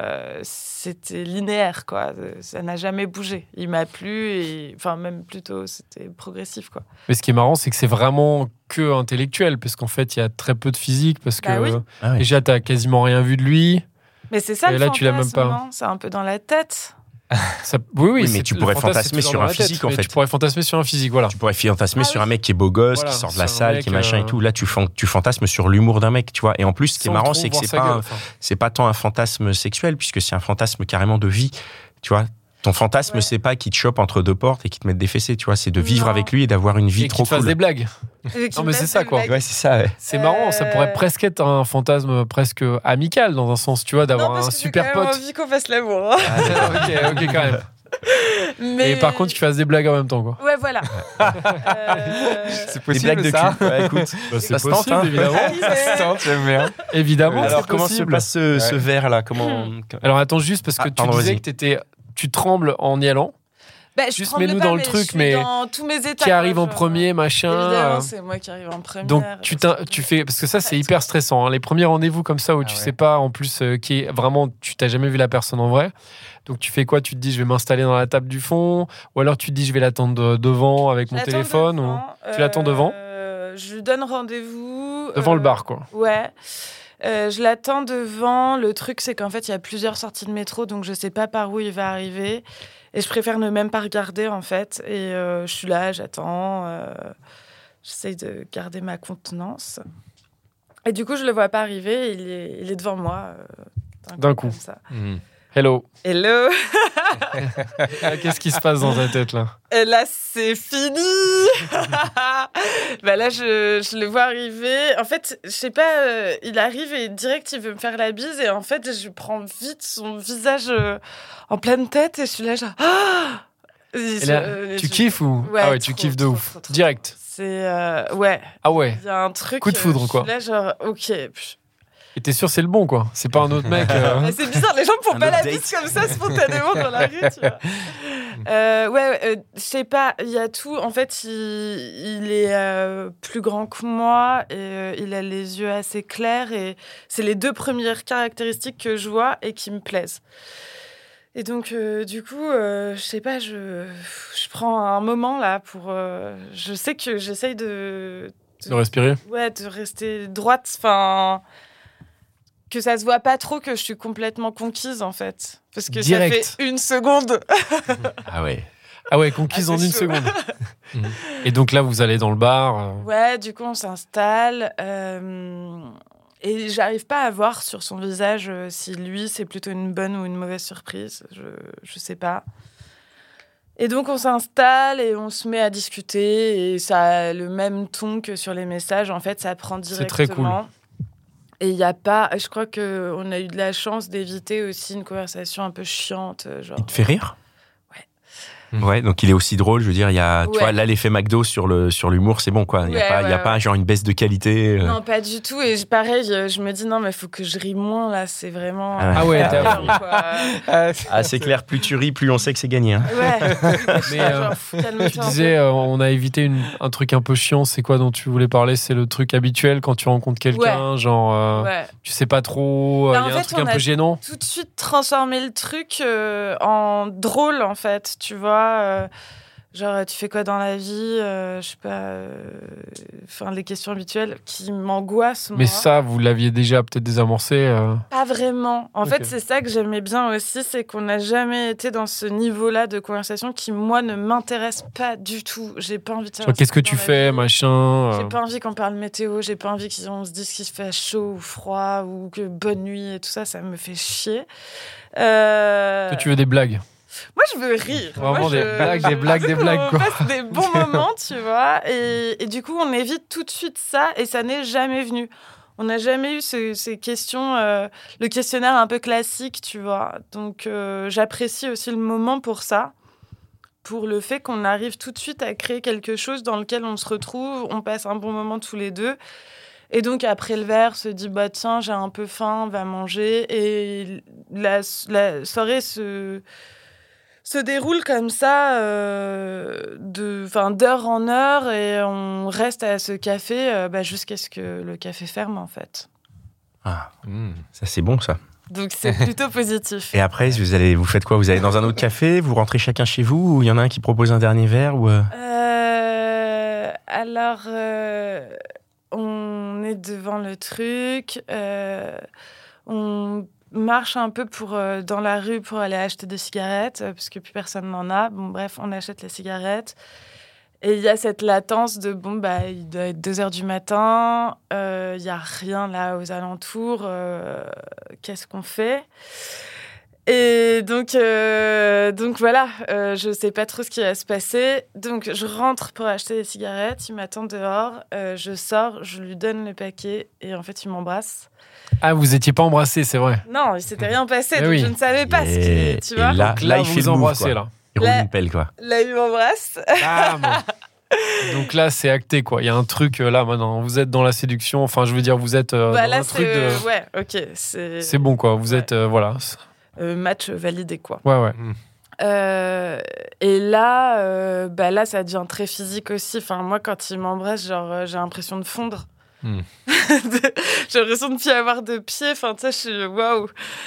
[SPEAKER 6] linéaire, quoi. Ça n'a jamais bougé. Il m'a plu, et enfin, même plutôt, c'était progressif, quoi.
[SPEAKER 5] Mais ce qui est marrant, c'est que c'est vraiment que intellectuel, parce qu'en fait, il y a très peu de physique, parce que
[SPEAKER 6] oui.
[SPEAKER 5] déjà, t'as quasiment rien vu de lui.
[SPEAKER 6] Mais c'est ça,
[SPEAKER 5] et
[SPEAKER 6] le
[SPEAKER 5] là,
[SPEAKER 6] fantasme,
[SPEAKER 5] tu l'as même pas.
[SPEAKER 6] non ? C'est un peu dans la tête.
[SPEAKER 5] Oui,
[SPEAKER 3] mais tu pourrais fantasmer sur un physique, en fait.
[SPEAKER 5] Tu pourrais fantasmer sur un physique, voilà.
[SPEAKER 3] Tu pourrais fantasmer sur un mec qui est beau gosse,
[SPEAKER 5] Voilà,
[SPEAKER 3] qui sort de la
[SPEAKER 5] sur un
[SPEAKER 3] salle,
[SPEAKER 5] mec,
[SPEAKER 3] qui est machin et tout. Là, tu fantasmes sur l'humour d'un mec, tu vois. Et en plus, ce qui est marrant, c'est que c'est pas tant un fantasme sexuel, puisque c'est un fantasme carrément de vie, tu vois. Ton fantasme, c'est pas qu'il te chope entre deux portes et qu'il te mette des fessées, tu vois. C'est de vivre avec lui et d'avoir une vie trop cool.
[SPEAKER 5] Et qu'il te fasse des blagues.
[SPEAKER 6] Non,
[SPEAKER 5] mais c'est ça, quoi.
[SPEAKER 3] Ouais, c'est ça, ouais.
[SPEAKER 5] C'est marrant, ça pourrait presque être un fantasme presque amical, dans un sens, tu vois, d'avoir un super pote.
[SPEAKER 6] J'ai envie qu'on fasse l'amour. Hein.
[SPEAKER 5] Ok, quand même.
[SPEAKER 6] Mais...
[SPEAKER 5] Et par contre, tu fasses des blagues en même temps, quoi.
[SPEAKER 6] Ouais, voilà.
[SPEAKER 4] C'est possible,
[SPEAKER 3] des blagues de
[SPEAKER 4] ça
[SPEAKER 3] cul. Ouais, écoute,
[SPEAKER 5] C'est
[SPEAKER 3] ça se
[SPEAKER 5] possible,
[SPEAKER 3] tente, hein.
[SPEAKER 5] évidemment.
[SPEAKER 4] Ça se tente, j'aime bien.
[SPEAKER 5] Évidemment,
[SPEAKER 3] Alors,
[SPEAKER 5] c'est
[SPEAKER 3] comment se
[SPEAKER 5] possible.
[SPEAKER 3] passe ce verre-là ? Comment...
[SPEAKER 5] Alors, attends juste, parce que tu disais que tu trembles en y allant.
[SPEAKER 6] Bah,
[SPEAKER 5] Juste mets-nous dans le truc, mais
[SPEAKER 6] dans tous mes états,
[SPEAKER 5] qui arrive en premier, machin.
[SPEAKER 6] Évidemment, c'est moi qui arrive en premier.
[SPEAKER 5] Donc tu fais, parce que ça c'est hyper stressant, hein, les premiers rendez-vous comme ça où tu sais pas en plus qui est vraiment, tu t'as jamais vu la personne en vrai. Donc tu fais quoi ? Tu te dis je vais m'installer dans la table du fond, ou alors tu te dis je vais l'attendre devant avec mon téléphone, ou tu l'attends devant.
[SPEAKER 6] Je lui donne rendez-vous
[SPEAKER 5] devant le bar, quoi.
[SPEAKER 6] Ouais. Je l'attends devant. Le truc, c'est qu'en fait, il y a plusieurs sorties de métro, donc je sais pas par où il va arriver. Et je préfère ne même pas regarder, en fait. Et je suis là, j'attends. J'essaye de garder ma contenance. Et du coup, je le vois pas arriver. Il est devant moi.
[SPEAKER 5] D'un coup.
[SPEAKER 6] Comme ça.
[SPEAKER 5] Hello.
[SPEAKER 6] Hello.
[SPEAKER 5] Qu'est-ce qui se passe dans ta tête, là ?
[SPEAKER 6] Et là, c'est fini. Bah là, je le vois arriver. En fait, je sais pas, il arrive et direct, il veut me faire la bise. Et en fait, je prends vite son visage en pleine tête. Et je suis là, genre...
[SPEAKER 5] Et là, tu kiffes ou...
[SPEAKER 6] Ouais,
[SPEAKER 5] ah ouais, tu
[SPEAKER 6] trop,
[SPEAKER 5] kiffes de
[SPEAKER 6] trop,
[SPEAKER 5] ouf.
[SPEAKER 6] trop.
[SPEAKER 5] Direct.
[SPEAKER 6] C'est... ouais.
[SPEAKER 5] Ah ouais.
[SPEAKER 6] Il y a un truc...
[SPEAKER 5] Coup de foudre, quoi.
[SPEAKER 6] Je suis là, genre, ok...
[SPEAKER 5] Et t'es sûr c'est le bon, quoi. C'est pas un autre mec.
[SPEAKER 6] Mais c'est bizarre, les gens ne font
[SPEAKER 3] Un
[SPEAKER 6] pas la
[SPEAKER 3] update.
[SPEAKER 6] bise comme ça spontanément dans la rue, tu vois. Je sais pas, il y a tout. En fait, il est plus grand que moi et il a les yeux assez clairs et c'est les deux premières caractéristiques que je vois et qui me plaisent. Et donc, du coup, je sais pas, je prends un moment là pour... je sais que j'essaye de
[SPEAKER 5] respirer.
[SPEAKER 6] Ouais, de rester droite, enfin... que ça se voit pas trop que je suis complètement conquise, en fait. Parce que
[SPEAKER 5] direct.
[SPEAKER 6] Ça fait 1 seconde.
[SPEAKER 3] Ah ouais.
[SPEAKER 5] Ah ouais, conquise en 1 seconde. Et donc là, vous allez dans le bar.
[SPEAKER 6] Ouais, du coup, on s'installe. Et j'arrive pas à voir sur son visage si lui, c'est plutôt une bonne ou une mauvaise surprise. Je sais pas. Et donc, on s'installe et on se met à discuter. Et ça a le même ton que sur les messages. En fait, ça prend directement.
[SPEAKER 5] C'est très cool.
[SPEAKER 6] Et il n'y a pas... Je crois qu'on a eu de la chance d'éviter aussi une conversation un peu chiante. Genre...
[SPEAKER 3] Il te fait rire ?
[SPEAKER 6] Ouais.
[SPEAKER 3] Ouais, donc il est aussi drôle, je veux dire, il y a, tu vois, là, l'effet McDo sur l'humour, c'est bon, quoi. Il n'y a pas genre une baisse de qualité.
[SPEAKER 6] Non, pas du tout. Et pareil, je me dis, non, mais il faut que je rie moins, là. C'est vraiment...
[SPEAKER 5] Ah ouais,
[SPEAKER 3] c'est clair, plus tu ris, plus on sait que c'est gagné. Hein.
[SPEAKER 6] Ouais.
[SPEAKER 5] Mais tu disais, on a évité un truc un peu chiant. C'est quoi dont tu voulais parler ? C'est le truc habituel quand tu rencontres quelqu'un, genre, tu sais pas trop, il y a un truc un peu gênant.
[SPEAKER 6] Tout de suite transformé le truc en drôle, en fait, tu vois. Genre, tu fais quoi dans la vie, je sais pas, enfin les questions habituelles qui m'angoissent.
[SPEAKER 5] Mais ça, vous l'aviez déjà peut-être désamorcé.
[SPEAKER 6] Pas vraiment. En fait, c'est ça que j'aimais bien aussi, c'est qu'on n'a jamais été dans ce niveau-là de conversation qui, moi, ne m'intéresse pas du tout. J'ai pas envie de savoir.
[SPEAKER 5] Qu'est-ce que tu fais, machin.
[SPEAKER 6] J'ai pas envie qu'on parle météo. J'ai pas envie qu'on se dise qu'il fait chaud ou froid ou que bonne nuit et tout ça. Ça me fait chier.
[SPEAKER 5] Toi, tu veux des blagues?
[SPEAKER 6] Moi, je veux rire.
[SPEAKER 5] Vraiment des blagues, quoi.
[SPEAKER 6] On passe des bons moments, tu vois. Et du coup, on évite tout de suite ça et ça n'est jamais venu. On n'a jamais eu ces questions, le questionnaire un peu classique, tu vois. Donc, j'apprécie aussi le moment pour ça, pour le fait qu'on arrive tout de suite à créer quelque chose dans lequel on se retrouve, on passe un bon moment tous les deux. Et donc, après le verre, se dit, bah tiens, j'ai un peu faim, on va manger. Et la soirée se se déroule comme ça, d'heure en heure, et on reste à ce café jusqu'à ce que le café ferme, en fait.
[SPEAKER 3] Ah, ça c'est bon ça.
[SPEAKER 6] Donc c'est plutôt positif.
[SPEAKER 3] Et après, vous faites quoi? Vous allez dans un autre café? Vous rentrez chacun chez vous? Ou il y en a un qui propose un dernier verre ou
[SPEAKER 6] Alors, on est devant le truc. On marche un peu dans la rue pour aller acheter des cigarettes, parce que plus personne n'en a. Bon, bref, on achète les cigarettes. Et il y a cette latence de, il doit être 2h du matin, il n'y a rien là aux alentours, qu'est-ce qu'on fait? Et donc voilà, je ne sais pas trop ce qui va se passer. Donc je rentre pour acheter des cigarettes, il m'attend dehors, je sors, je lui donne le paquet et en fait il m'embrasse.
[SPEAKER 5] Ah, vous n'étiez pas embrassés, c'est vrai.
[SPEAKER 6] Non, il ne s'était rien passé, donc
[SPEAKER 5] oui.
[SPEAKER 6] je ne savais pas ce qui... Tu vois,
[SPEAKER 3] là, il fait le move, quoi.
[SPEAKER 5] Là.
[SPEAKER 3] Il roule une pelle, quoi.
[SPEAKER 6] Là, il m'embrasse.
[SPEAKER 5] Ah, bon. Donc là, c'est acté, quoi. Il y a un truc, là, maintenant. Vous êtes dans la séduction. Enfin, je veux dire, vous êtes dans
[SPEAKER 6] là,
[SPEAKER 5] un truc de...
[SPEAKER 6] Ouais, ok. C'est
[SPEAKER 5] bon, quoi. Vous êtes... voilà.
[SPEAKER 6] Match validé, quoi.
[SPEAKER 5] Ouais.
[SPEAKER 6] Et là, là, ça devient très physique aussi. Enfin, moi, quand il m'embrasse, genre, j'ai l'impression de fondre. J'ai l'impression de ne plus avoir de pied. Enfin, tu sais, je suis waouh.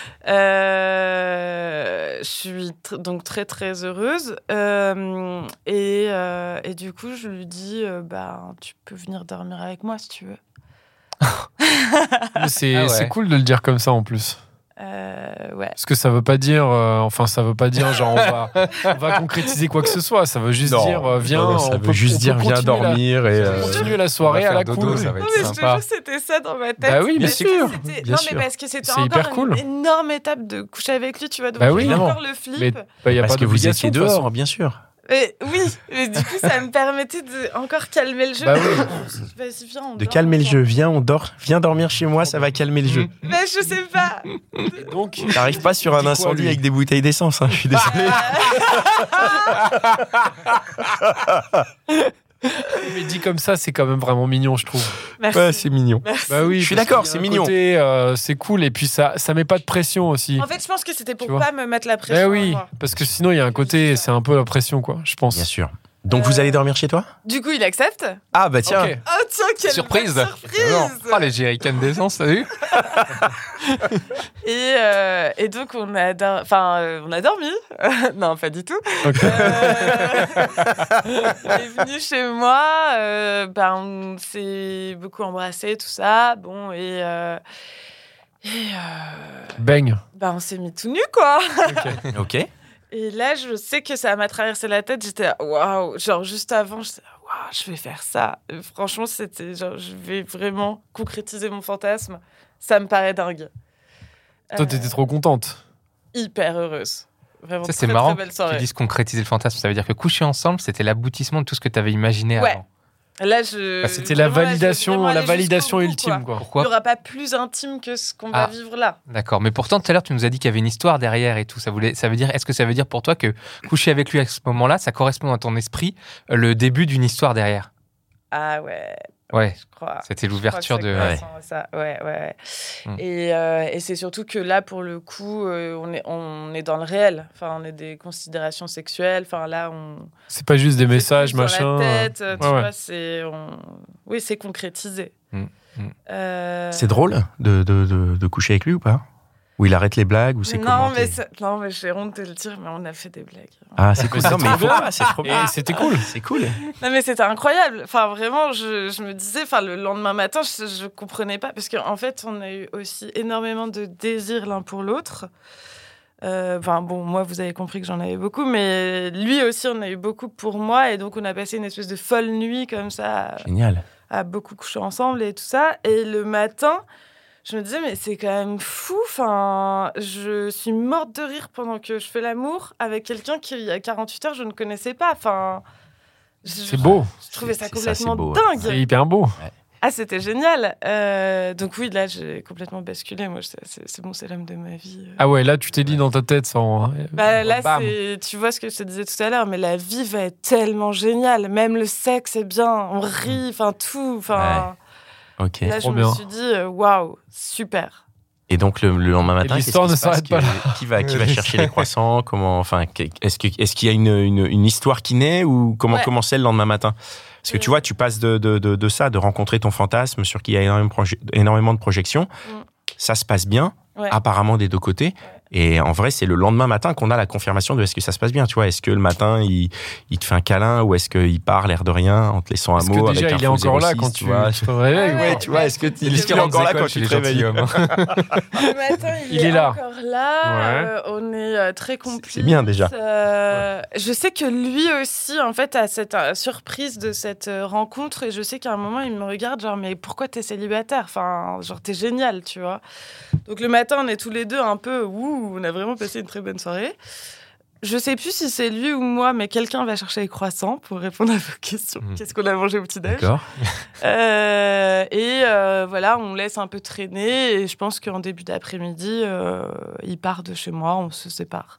[SPEAKER 6] Je suis donc très très heureuse. Et du coup, je lui dis, tu peux venir dormir avec moi si tu veux.
[SPEAKER 5] C'est cool de le dire comme ça en plus.
[SPEAKER 6] Ouais.
[SPEAKER 5] Parce que ça veut pas dire, genre on va concrétiser quoi que ce soit. Ça veut juste dire viens.
[SPEAKER 3] Ça veut juste dire viens dormir et
[SPEAKER 5] continuer la soirée à la cool.
[SPEAKER 4] Ça va être
[SPEAKER 6] mais
[SPEAKER 4] sympa.
[SPEAKER 6] je te jure, c'était ça dans ma tête.
[SPEAKER 5] Bah oui, bien sûr.
[SPEAKER 6] Mais parce que c'était
[SPEAKER 5] C'est hyper
[SPEAKER 6] encore
[SPEAKER 5] cool.
[SPEAKER 6] une énorme étape de coucher avec lui, tu vois. Donc
[SPEAKER 5] Bah oui,
[SPEAKER 6] j'ai
[SPEAKER 5] évidemment.
[SPEAKER 6] encore le flip.
[SPEAKER 5] Mais y a
[SPEAKER 3] parce
[SPEAKER 5] pas
[SPEAKER 3] que vous étiez
[SPEAKER 5] d'obligation, de toute façon.
[SPEAKER 3] dehors, bien sûr.
[SPEAKER 6] Mais du coup, ça me permettait de encore calmer le jeu.
[SPEAKER 5] Bah oui.
[SPEAKER 6] Vas-y, viens, on
[SPEAKER 3] De
[SPEAKER 6] dort
[SPEAKER 3] calmer le
[SPEAKER 6] ensemble.
[SPEAKER 3] jeu. Viens dormir chez moi, ça va calmer le jeu.
[SPEAKER 6] Mais je sais pas.
[SPEAKER 5] Donc,
[SPEAKER 3] T'arrives pas sur un
[SPEAKER 5] quoi,
[SPEAKER 3] incendie
[SPEAKER 5] lui
[SPEAKER 3] avec des bouteilles d'essence, hein, je suis désolé.
[SPEAKER 5] mais dit comme ça, c'est quand même vraiment mignon, je trouve.
[SPEAKER 6] Merci.
[SPEAKER 3] Ouais, c'est mignon.
[SPEAKER 6] Merci.
[SPEAKER 5] Bah oui,
[SPEAKER 3] Je suis
[SPEAKER 5] parce
[SPEAKER 3] d'accord,
[SPEAKER 5] qu'il y a
[SPEAKER 3] c'est
[SPEAKER 5] un
[SPEAKER 3] mignon.
[SPEAKER 5] côté, c'est cool et puis ça met pas de pression aussi.
[SPEAKER 6] En fait, je pense que c'était pour
[SPEAKER 5] Tu vois.
[SPEAKER 6] pas me mettre la pression.
[SPEAKER 5] Bah oui,
[SPEAKER 6] moi.
[SPEAKER 5] parce que sinon il y a un côté, c'est un peu la pression quoi, je pense.
[SPEAKER 3] Bien sûr. Donc vous allez dormir chez toi?
[SPEAKER 6] Du coup, il accepte.
[SPEAKER 3] Ah bah tiens.
[SPEAKER 5] Ok.
[SPEAKER 6] Oh tiens, quelle
[SPEAKER 4] Surprise.
[SPEAKER 6] belle surprise.
[SPEAKER 4] Oh, les jerrycans d'essence, t'as vu?
[SPEAKER 6] Et donc, on a dormi. Non, pas du tout.
[SPEAKER 5] Ok.
[SPEAKER 6] Il est venu chez moi. On s'est beaucoup embrassé, tout ça. Bon,
[SPEAKER 5] Bang.
[SPEAKER 6] on s'est mis tout nus, quoi.
[SPEAKER 3] Ok.
[SPEAKER 6] Et là, je sais que ça m'a traversé la tête. J'étais là, waouh. Genre, juste avant, j'étais là, waouh, je vais faire ça. Et franchement, c'était genre, je vais vraiment concrétiser mon fantasme. Ça me paraît dingue.
[SPEAKER 5] Toi, t'étais trop contente.
[SPEAKER 6] Hyper heureuse. Vraiment,
[SPEAKER 4] Ça, c'est
[SPEAKER 6] très,
[SPEAKER 4] marrant
[SPEAKER 6] très belle
[SPEAKER 4] que
[SPEAKER 6] soirée.
[SPEAKER 4] tu dises concrétiser le fantasme. Ça veut dire que coucher ensemble, c'était l'aboutissement de tout ce que tu avais imaginé
[SPEAKER 6] Ouais.
[SPEAKER 4] avant.
[SPEAKER 6] Là,
[SPEAKER 5] C'était la
[SPEAKER 6] vraiment, là, je vais vraiment aller
[SPEAKER 5] validation
[SPEAKER 6] jusqu'au bout,
[SPEAKER 5] ultime
[SPEAKER 6] quoi.
[SPEAKER 5] quoi.
[SPEAKER 6] Il
[SPEAKER 4] Pourquoi
[SPEAKER 6] n'y aura pas plus intime que ce qu'on va vivre là.
[SPEAKER 4] D'accord. Mais pourtant, tout à l'heure, tu nous as dit qu'il y avait une histoire derrière et tout. Est-ce que ça veut dire pour toi que coucher avec lui à ce moment-là, ça correspond à ton esprit, le début d'une histoire derrière?
[SPEAKER 6] Ah ouais,
[SPEAKER 4] Ouais.
[SPEAKER 6] je crois.
[SPEAKER 4] C'était
[SPEAKER 6] Je
[SPEAKER 4] l'ouverture
[SPEAKER 6] crois que
[SPEAKER 4] de.
[SPEAKER 6] ça correspond à ça. Ouais. Et c'est surtout que là, pour le coup, on est dans le réel. Enfin, on est des considérations sexuelles. Enfin, là,
[SPEAKER 5] C'est pas juste des
[SPEAKER 6] c'est
[SPEAKER 5] messages,
[SPEAKER 6] plus dans
[SPEAKER 5] machin.
[SPEAKER 6] la tête, tu
[SPEAKER 5] ouais.
[SPEAKER 6] vois, oui, c'est concrétisé.
[SPEAKER 3] C'est drôle de coucher avec lui ou pas? Ou il arrête les blagues ou c'est comment?
[SPEAKER 6] Non, mais j'ai honte de le dire, mais on a fait des blagues.
[SPEAKER 3] Ah, c'est cool.
[SPEAKER 5] Mais c'est
[SPEAKER 3] Non, mais
[SPEAKER 5] trop
[SPEAKER 3] il faut
[SPEAKER 5] bien.
[SPEAKER 3] pas, c'est trop bien.
[SPEAKER 5] Et c'était cool.
[SPEAKER 3] C'est cool.
[SPEAKER 6] Non, mais c'était incroyable. Enfin, vraiment, je me disais, le lendemain matin, je comprenais pas. Parce qu'en fait, on a eu aussi énormément de désirs l'un pour l'autre. Moi, vous avez compris que j'en avais beaucoup. Mais lui aussi, on a eu beaucoup pour moi. Et donc, on a passé une espèce de folle nuit comme ça.
[SPEAKER 3] Génial.
[SPEAKER 6] À beaucoup coucher ensemble et tout ça. Et le matin, je me disais, mais c'est quand même fou. Enfin, je suis morte de rire pendant que je fais l'amour avec quelqu'un qui, il y a 48 heures, je ne connaissais pas. Enfin,
[SPEAKER 5] C'est beau.
[SPEAKER 6] Je trouvais ça
[SPEAKER 3] C'est ça,
[SPEAKER 6] complètement
[SPEAKER 3] c'est beau,
[SPEAKER 6] dingue.
[SPEAKER 5] C'est hyper beau.
[SPEAKER 6] Ah, c'était génial. Donc oui, là, j'ai complètement basculé. Moi, c'est bon, c'est l'homme de ma vie.
[SPEAKER 5] Ah ouais, là, tu t'es dit dans ta tête sans.
[SPEAKER 6] Là,
[SPEAKER 5] bam.
[SPEAKER 6] tu vois ce que je te disais tout à l'heure, mais la vie va être tellement géniale. Même le sexe est bien, on rit, enfin tout. Enfin,
[SPEAKER 3] Ok.
[SPEAKER 6] là,
[SPEAKER 5] trop
[SPEAKER 6] je
[SPEAKER 5] bien.
[SPEAKER 6] me suis dit, waouh, super.
[SPEAKER 3] Et donc le lendemain matin,
[SPEAKER 5] l'histoire
[SPEAKER 3] qu'est-ce qui
[SPEAKER 5] ne
[SPEAKER 3] se passe?
[SPEAKER 5] s'arrête pas
[SPEAKER 3] Qui va chercher les croissants? Comment, enfin, est-ce qu'il y a une histoire qui naît ou comment
[SPEAKER 6] Ouais.
[SPEAKER 3] commencer le lendemain matin? Parce que tu vois, tu passes de ça, de rencontrer ton fantasme sur qui il y a énormément de projections. Ça se passe bien, apparemment des deux côtés. Et en vrai, c'est le lendemain matin qu'on a la confirmation de est-ce que ça se passe bien. Tu vois, est-ce que le matin, il te fait un câlin ou est-ce qu'il part l'air de rien en te laissant un mot
[SPEAKER 5] avec
[SPEAKER 3] avec
[SPEAKER 5] déjà,
[SPEAKER 3] un
[SPEAKER 5] il est
[SPEAKER 3] faux
[SPEAKER 5] encore là
[SPEAKER 3] 06,
[SPEAKER 5] quand tu te réveilles.
[SPEAKER 6] Ouais,
[SPEAKER 3] tu vois, est-ce qu'il est
[SPEAKER 4] Différentes
[SPEAKER 3] encore là
[SPEAKER 4] écoles
[SPEAKER 3] quand
[SPEAKER 4] chez
[SPEAKER 3] tu te
[SPEAKER 4] les
[SPEAKER 3] réveilles?
[SPEAKER 4] gentilshommes.
[SPEAKER 6] Le matin,
[SPEAKER 5] Il est là.
[SPEAKER 6] encore là. On est très complices.
[SPEAKER 3] C'est bien, déjà.
[SPEAKER 6] Je sais que lui aussi, en fait, a cette surprise de cette rencontre. Et je sais qu'à un moment, il me regarde, genre, mais pourquoi t'es célibataire? Enfin, genre, t'es génial, tu vois. Donc, le matin, on est tous les deux un peu, on a vraiment passé une très bonne soirée. Je sais plus si c'est lui ou moi, mais quelqu'un va chercher les croissants pour répondre à vos questions. Qu'est-ce qu'on a mangé au petit-déj?
[SPEAKER 3] D'accord.
[SPEAKER 6] Voilà, on laisse un peu traîner et je pense qu'en début d'après-midi, il part de chez moi, on se sépare.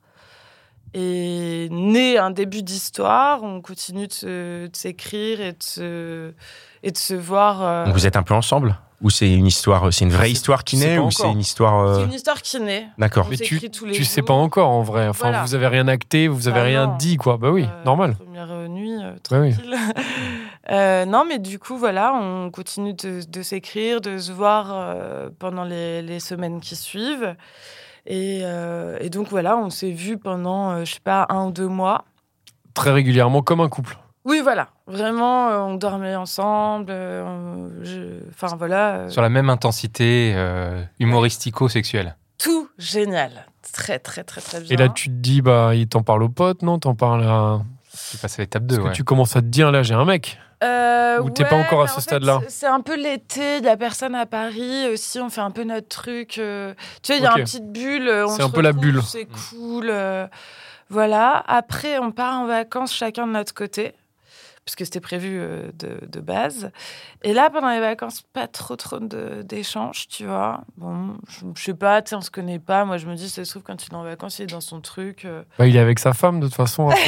[SPEAKER 6] Et né un début d'histoire, on continue de s'écrire et de se voir.
[SPEAKER 3] Donc vous êtes un peu ensemble? Ou c'est une histoire, c'est une vraie histoire qui
[SPEAKER 5] c'est
[SPEAKER 3] naît
[SPEAKER 5] pas
[SPEAKER 3] ou
[SPEAKER 5] encore.
[SPEAKER 3] c'est une histoire...
[SPEAKER 6] C'est une histoire qui naît.
[SPEAKER 3] D'accord.
[SPEAKER 6] On
[SPEAKER 5] Mais
[SPEAKER 6] s'écrit tous les
[SPEAKER 5] tu sais
[SPEAKER 6] jours.
[SPEAKER 5] pas encore en vrai. Enfin,
[SPEAKER 6] Voilà.
[SPEAKER 5] vous avez rien acté, vous avez
[SPEAKER 6] Bah
[SPEAKER 5] rien
[SPEAKER 6] non.
[SPEAKER 5] dit, quoi. Bah oui, normal.
[SPEAKER 6] Première nuit,
[SPEAKER 5] Bah oui.
[SPEAKER 6] tranquille. Non, mais du coup, voilà, on continue de s'écrire, de se voir pendant les semaines qui suivent. Et donc, voilà, on s'est vus pendant, je sais pas, 1 ou 2 mois.
[SPEAKER 5] Très régulièrement, comme un couple.
[SPEAKER 6] Oui, voilà. Vraiment, on dormait ensemble. Enfin, voilà.
[SPEAKER 4] Sur la même intensité humoristico-sexuelle.
[SPEAKER 6] Tout génial. Très, très, très, très bien.
[SPEAKER 5] Et là, tu te dis, bah, il t'en parle au pote, non? T'en parles à.
[SPEAKER 4] Tu passes à l'étape
[SPEAKER 5] Parce
[SPEAKER 4] 2,
[SPEAKER 5] que tu commences à te dire, là, j'ai un mec. Ou t'es pas encore à
[SPEAKER 6] mais
[SPEAKER 5] ce
[SPEAKER 6] en fait,
[SPEAKER 5] stade-là?
[SPEAKER 6] C'est un peu l'été, il y a personne à Paris aussi, on fait un peu notre truc. Tu sais, il y a
[SPEAKER 5] Ok.
[SPEAKER 6] une petite bulle.
[SPEAKER 5] C'est un peu la bulle.
[SPEAKER 6] C'est cool. Voilà. Après, on part en vacances chacun de notre côté, parce que c'était prévu de base. Et là, pendant les vacances, pas trop d'échanges, tu vois. Bon, je sais pas, tu sais, on se connaît pas. Moi, je me dis, ça se trouve, quand il est en vacances, il est dans son truc.
[SPEAKER 5] Bah, il est avec sa femme, de toute façon.
[SPEAKER 6] Du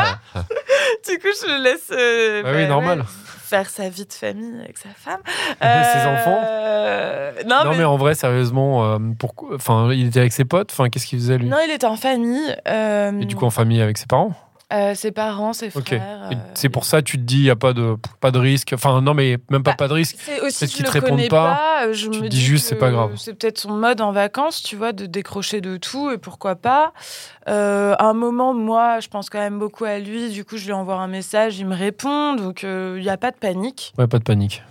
[SPEAKER 6] coup, je le laisse
[SPEAKER 5] oui, normal.
[SPEAKER 6] faire sa vie de famille avec sa femme.
[SPEAKER 5] Ses enfants.
[SPEAKER 6] Non,
[SPEAKER 5] mais en vrai, sérieusement, pourquoi... enfin, il était avec ses potes. Enfin, qu'est-ce qu'il faisait, lui?
[SPEAKER 6] Non, il était en famille.
[SPEAKER 5] Et du coup, en famille avec ses parents?
[SPEAKER 6] Ses parents, ses
[SPEAKER 5] Ok.
[SPEAKER 6] frères.
[SPEAKER 5] Et c'est pour ça, tu te dis, il n'y a pas de risque. Enfin, non, mais même pas de risque.
[SPEAKER 6] C'est aussi
[SPEAKER 5] Parce
[SPEAKER 6] que
[SPEAKER 5] qu'ils
[SPEAKER 6] je
[SPEAKER 5] te
[SPEAKER 6] le
[SPEAKER 5] répondent
[SPEAKER 6] connais
[SPEAKER 5] pas,
[SPEAKER 6] je
[SPEAKER 5] tu
[SPEAKER 6] me
[SPEAKER 5] te dis juste,
[SPEAKER 6] que
[SPEAKER 5] c'est pas grave.
[SPEAKER 6] C'est peut-être son mode en vacances, tu vois, de décrocher de tout, et pourquoi pas. À un moment, moi, je pense quand même beaucoup à lui, du coup, je lui envoie un message, il me répond, donc il n'y a pas de panique.
[SPEAKER 5] Ouais, pas de panique.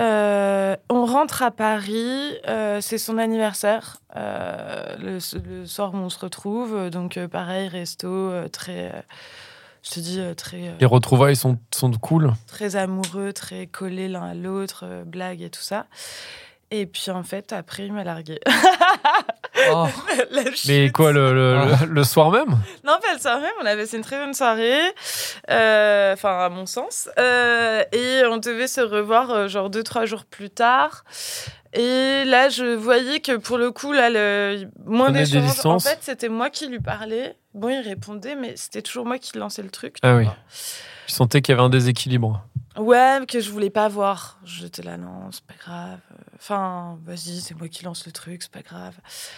[SPEAKER 6] On rentre à Paris, c'est son anniversaire, le soir où on se retrouve, donc pareil, resto, très... je te dis, très...
[SPEAKER 5] Les retrouvailles sont cool.
[SPEAKER 6] très amoureux, très collés l'un à l'autre, blagues et tout ça. Et puis en fait, après, il m'a largué.
[SPEAKER 5] Oh.
[SPEAKER 6] La chute.
[SPEAKER 5] Mais quoi, le soir même?
[SPEAKER 6] Non, pas le soir même, on a passé une très bonne soirée, enfin à mon sens. Et on devait se revoir genre 2-3 jours plus tard. Et là, je voyais que pour le coup, là, moins
[SPEAKER 5] Prenez des
[SPEAKER 6] d'échanges. En
[SPEAKER 5] distances.
[SPEAKER 6] fait, c'était moi qui lui parlais. Bon, il répondait, mais c'était toujours moi qui lançais le truc.
[SPEAKER 5] Ah
[SPEAKER 6] tu
[SPEAKER 5] oui.
[SPEAKER 6] vois.
[SPEAKER 5] Je sentais qu'il y avait un déséquilibre.
[SPEAKER 6] Ouais, que je voulais pas voir. J'étais là, non, c'est pas grave. Enfin, vas-y, c'est moi qui lance le truc, c'est pas grave.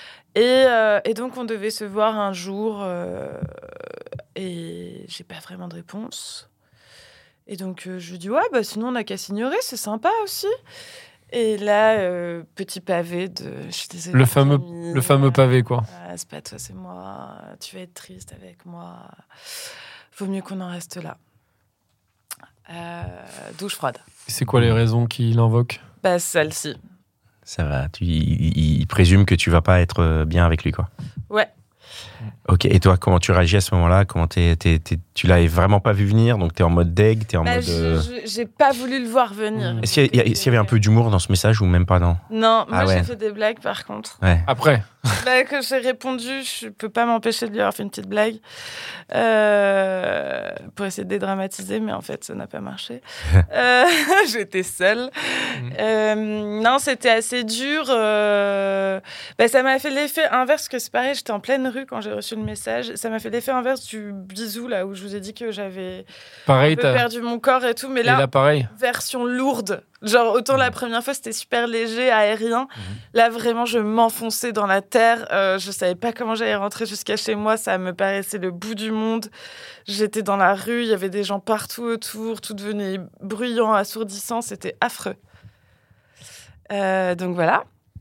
[SPEAKER 6] Et donc, on devait se voir un jour et j'ai pas vraiment de réponse. Et donc, je lui dis, ouais, bah sinon, on n'a qu'à s'ignorer, c'est sympa aussi. Et là, petit pavé de... Je suis désolée,
[SPEAKER 5] Le fameux pavé, quoi.
[SPEAKER 6] C'est pas toi, c'est moi. Tu vas être triste avec moi. Vaut mieux qu'on en reste là. Douche froide.
[SPEAKER 5] C'est quoi les raisons qu'il invoque?
[SPEAKER 6] Bah, celle-ci.
[SPEAKER 3] Ça va, il présume que tu vas pas être bien avec lui, quoi.
[SPEAKER 6] Ouais.
[SPEAKER 3] Ok, et toi, comment tu réagis à ce moment-là? Comment tu l'avais vraiment pas vu venir, donc t'es en mode deg, t'es en
[SPEAKER 6] Bah,
[SPEAKER 3] mode...
[SPEAKER 6] j'ai pas voulu le voir venir.
[SPEAKER 3] Est-ce qu'il y avait un peu d'humour dans ce message ou même pas, non?
[SPEAKER 6] Non, moi
[SPEAKER 3] Ah ouais.
[SPEAKER 6] j'ai fait des blagues par contre.
[SPEAKER 3] Ouais.
[SPEAKER 5] Après,
[SPEAKER 6] Bah, que j'ai répondu, je peux pas m'empêcher de lui avoir fait une petite blague pour essayer de dédramatiser, mais en fait ça n'a pas marché. J'étais seule. Non, c'était assez dur. Bah, ça m'a fait l'effet inverse, que c'est pareil, j'étais en pleine rue quand j'ai reçu le message. Ça m'a fait l'effet inverse du bisou, là, où je vous ai dit que j'avais
[SPEAKER 5] Pareil,
[SPEAKER 6] un peu perdu mon corps et tout. Mais
[SPEAKER 5] Et là, pareil.
[SPEAKER 6] version lourde. Genre, autant la première fois, c'était super léger, aérien. Là, vraiment, je m'enfonçais dans la terre. Je savais pas comment j'allais rentrer jusqu'à chez moi. Ça me paraissait le bout du monde. J'étais dans la rue, il y avait des gens partout autour. Tout devenait bruyant, assourdissant. C'était affreux. Donc, voilà.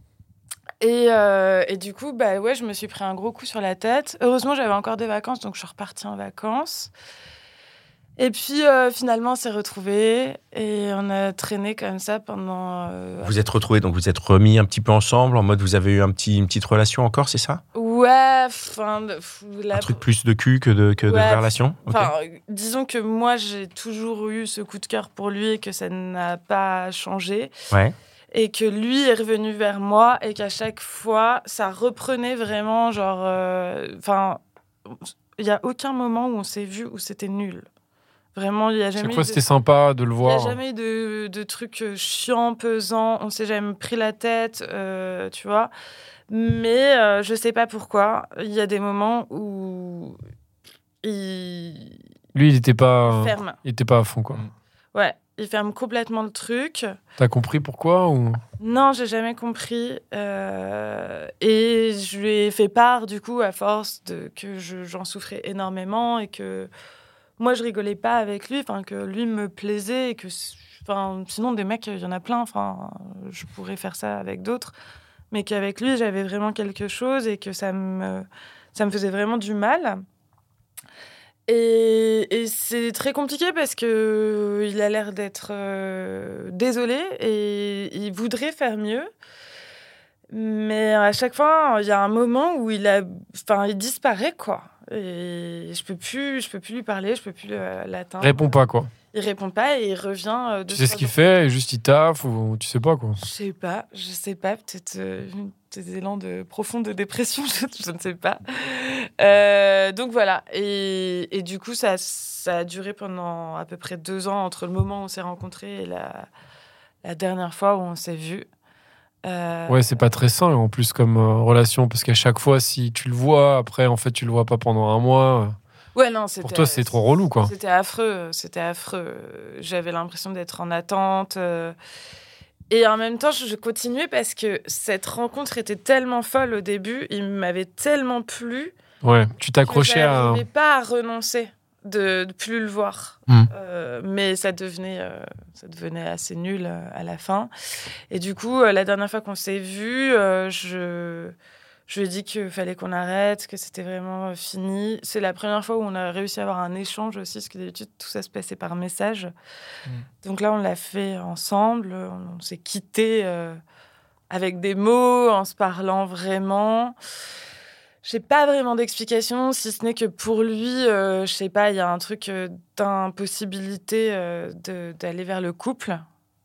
[SPEAKER 6] Et du coup, bah ouais, je me suis pris un gros coup sur la tête. Heureusement, j'avais encore des vacances, donc je suis repartie en vacances. Et puis, finalement, on s'est retrouvés et on a traîné comme ça pendant...
[SPEAKER 3] Vous êtes retrouvés, donc vous êtes remis un petit peu ensemble, en mode vous avez eu une petite relation encore, c'est ça ?
[SPEAKER 6] Ouais,
[SPEAKER 3] Un truc plus de cul que de relation ?
[SPEAKER 6] Enfin, disons que moi, j'ai toujours eu ce coup de cœur pour lui et que ça n'a pas changé.
[SPEAKER 3] Ouais.
[SPEAKER 6] Et que lui est revenu vers moi et qu'à chaque fois, ça reprenait vraiment, genre... Enfin, il n'y a aucun moment où on s'est vu où c'était nul. Vraiment, il n'y a jamais
[SPEAKER 5] Chaque fois, c'était sympa de le voir.
[SPEAKER 6] Il n'y a jamais eu de trucs chiants, pesants. On ne s'est jamais pris la tête, tu vois. Mais je ne sais pas pourquoi. Il y a des moments où
[SPEAKER 5] Lui, il n'était pas...
[SPEAKER 6] ferme.
[SPEAKER 5] Il n'était pas à fond, quoi.
[SPEAKER 6] Ouais, il ferme complètement le truc.
[SPEAKER 5] T'as compris pourquoi ou...
[SPEAKER 6] Non, j'ai jamais compris. Et je lui ai fait part, du coup, à force que j'en souffrais énormément et que moi, je rigolais pas avec lui, que lui me plaisait et que... Sinon, des mecs, il y en a plein. Je pourrais faire ça avec d'autres. Mais qu'avec lui, j'avais vraiment quelque chose et que ça me faisait vraiment du mal. Et c'est très compliqué parce que il a l'air d'être désolé et il voudrait faire mieux. Mais à chaque fois, il y a un moment où il disparaît, quoi. Et je peux plus lui parler, je peux plus l'atteindre.
[SPEAKER 5] Répond pas, quoi.
[SPEAKER 6] Il répond pas et il revient.
[SPEAKER 5] Tu sais ce qu'il fait, juste il taffe ou tu sais pas, quoi.
[SPEAKER 6] Je sais pas, peut-être des élans profonds de dépression, je ne sais pas. Donc voilà, et du coup ça a duré pendant à peu près 2 ans entre le moment où on s'est rencontrés et la dernière fois où on s'est vus.
[SPEAKER 5] Ouais, c'est pas très sain en plus comme relation, parce qu'à chaque fois, si tu le vois, après, en fait, tu le vois pas pendant un mois.
[SPEAKER 6] Ouais, non,
[SPEAKER 5] pour toi, c'est trop relou, quoi.
[SPEAKER 6] C'était affreux. J'avais l'impression d'être en attente. Et en même temps, je continuais parce que cette rencontre était tellement folle au début, il m'avait tellement plu.
[SPEAKER 5] Ouais, tu t'accrochais à...
[SPEAKER 6] Je n'arrivais pas à renoncer de plus le voir. Mais ça devenait assez nul à la fin. Et du coup, la dernière fois qu'on s'est vus, je lui ai dit qu'il fallait qu'on arrête, que c'était vraiment fini. C'est la première fois où on a réussi à avoir un échange aussi, parce que d'habitude, tout ça se passait par message. Donc là, on l'a fait ensemble. On s'est quittés avec des mots, en se parlant vraiment. J'ai pas vraiment d'explication, si ce n'est que pour lui, je sais pas, il y a un truc d'impossibilité d'aller vers le couple.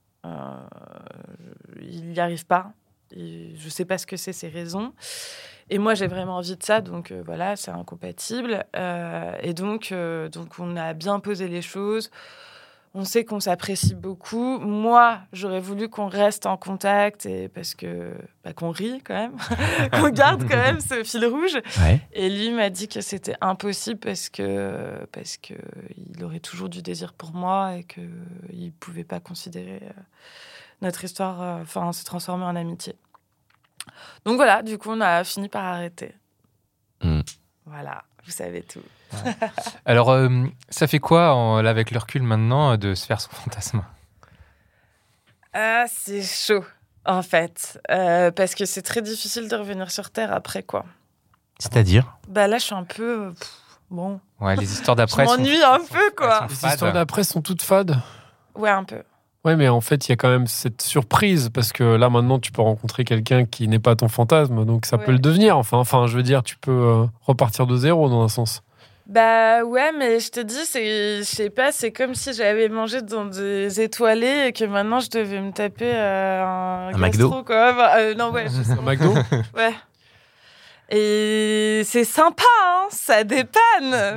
[SPEAKER 6] Il n'y arrive pas. Et je sais pas ce que c'est ses raisons. Et moi, j'ai vraiment envie de ça, donc voilà, c'est incompatible. Et donc, on a bien posé les choses. On sait qu'on s'apprécie beaucoup. Moi, j'aurais voulu qu'on reste en contact parce que qu'on rit quand même, qu'on garde quand même ce fil rouge.
[SPEAKER 3] Ouais.
[SPEAKER 6] Et lui m'a dit que c'était impossible parce que il aurait toujours du désir pour moi et que il pouvait pas considérer notre histoire, se transformer en amitié. Donc voilà, du coup, on a fini par arrêter. Voilà, vous savez tout.
[SPEAKER 4] Ouais. Alors, ça fait quoi, là, avec le recul maintenant, de se faire son fantasme ?
[SPEAKER 6] Ah, c'est chaud, en fait. Parce que c'est très difficile de revenir sur Terre après, quoi.
[SPEAKER 3] C'est-à-dire ?
[SPEAKER 6] Là, je suis un peu... bon.
[SPEAKER 4] Ouais, les histoires d'après
[SPEAKER 6] je m'ennuie un peu, quoi.
[SPEAKER 5] Les histoires d'après sont toutes fades.
[SPEAKER 6] Ouais, un peu.
[SPEAKER 5] Ouais, mais en fait, il y a quand même cette surprise, parce que là, maintenant, tu peux rencontrer quelqu'un qui n'est pas ton fantasme, donc ça peut le devenir. Enfin, je veux dire, tu peux repartir de zéro, dans un sens.
[SPEAKER 6] Ouais, mais je te dis, je sais pas, c'est comme si j'avais mangé dans des étoilés et que maintenant je devais me taper un gastro,
[SPEAKER 3] McDo,
[SPEAKER 6] quoi. Non, ouais.
[SPEAKER 5] Un McDo.
[SPEAKER 6] Ouais. Et c'est sympa, hein, ça dépanne.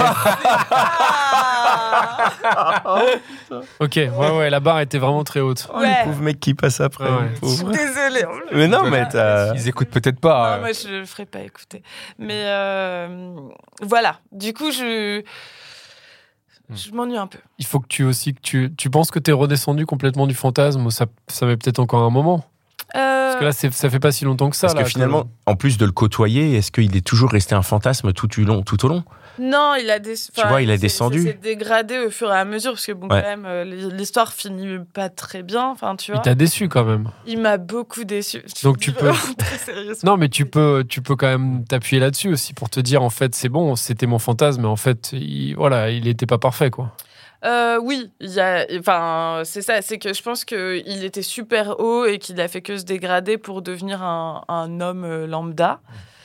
[SPEAKER 5] Ok, ouais, la barre était vraiment très haute.
[SPEAKER 3] Oh, le pauvre mec qui passe après.
[SPEAKER 5] Ouais.
[SPEAKER 6] Je suis désolée.
[SPEAKER 3] Mais non, mais
[SPEAKER 4] Ils écoutent peut-être pas.
[SPEAKER 6] Non, moi, je ne le ferai pas écouter. Mais voilà. Du coup, je m'ennuie un peu.
[SPEAKER 5] Il faut que tu penses que t'es redescendu complètement du fantasme, ou ça met peut-être encore un moment. Parce que là, ça fait pas si longtemps que ça.
[SPEAKER 3] Parce que finalement, en plus de le côtoyer, est-ce qu'il est toujours resté un fantasme tout au long?
[SPEAKER 6] Non, il a
[SPEAKER 3] descendu.
[SPEAKER 6] Il s'est dégradé au fur et à mesure, parce que bon, quand même, l'histoire finit pas très bien. Enfin, tu vois.
[SPEAKER 5] Il t'a déçu quand même.
[SPEAKER 6] Il m'a beaucoup déçu.
[SPEAKER 5] Donc tu peux. Non, mais tu peux quand même t'appuyer là-dessus aussi pour te dire en fait c'est bon, c'était mon fantasme, mais en fait il était pas parfait quoi.
[SPEAKER 6] Oui, c'est ça, c'est que je pense qu'il était super haut et qu'il a fait que se dégrader pour devenir un homme lambda.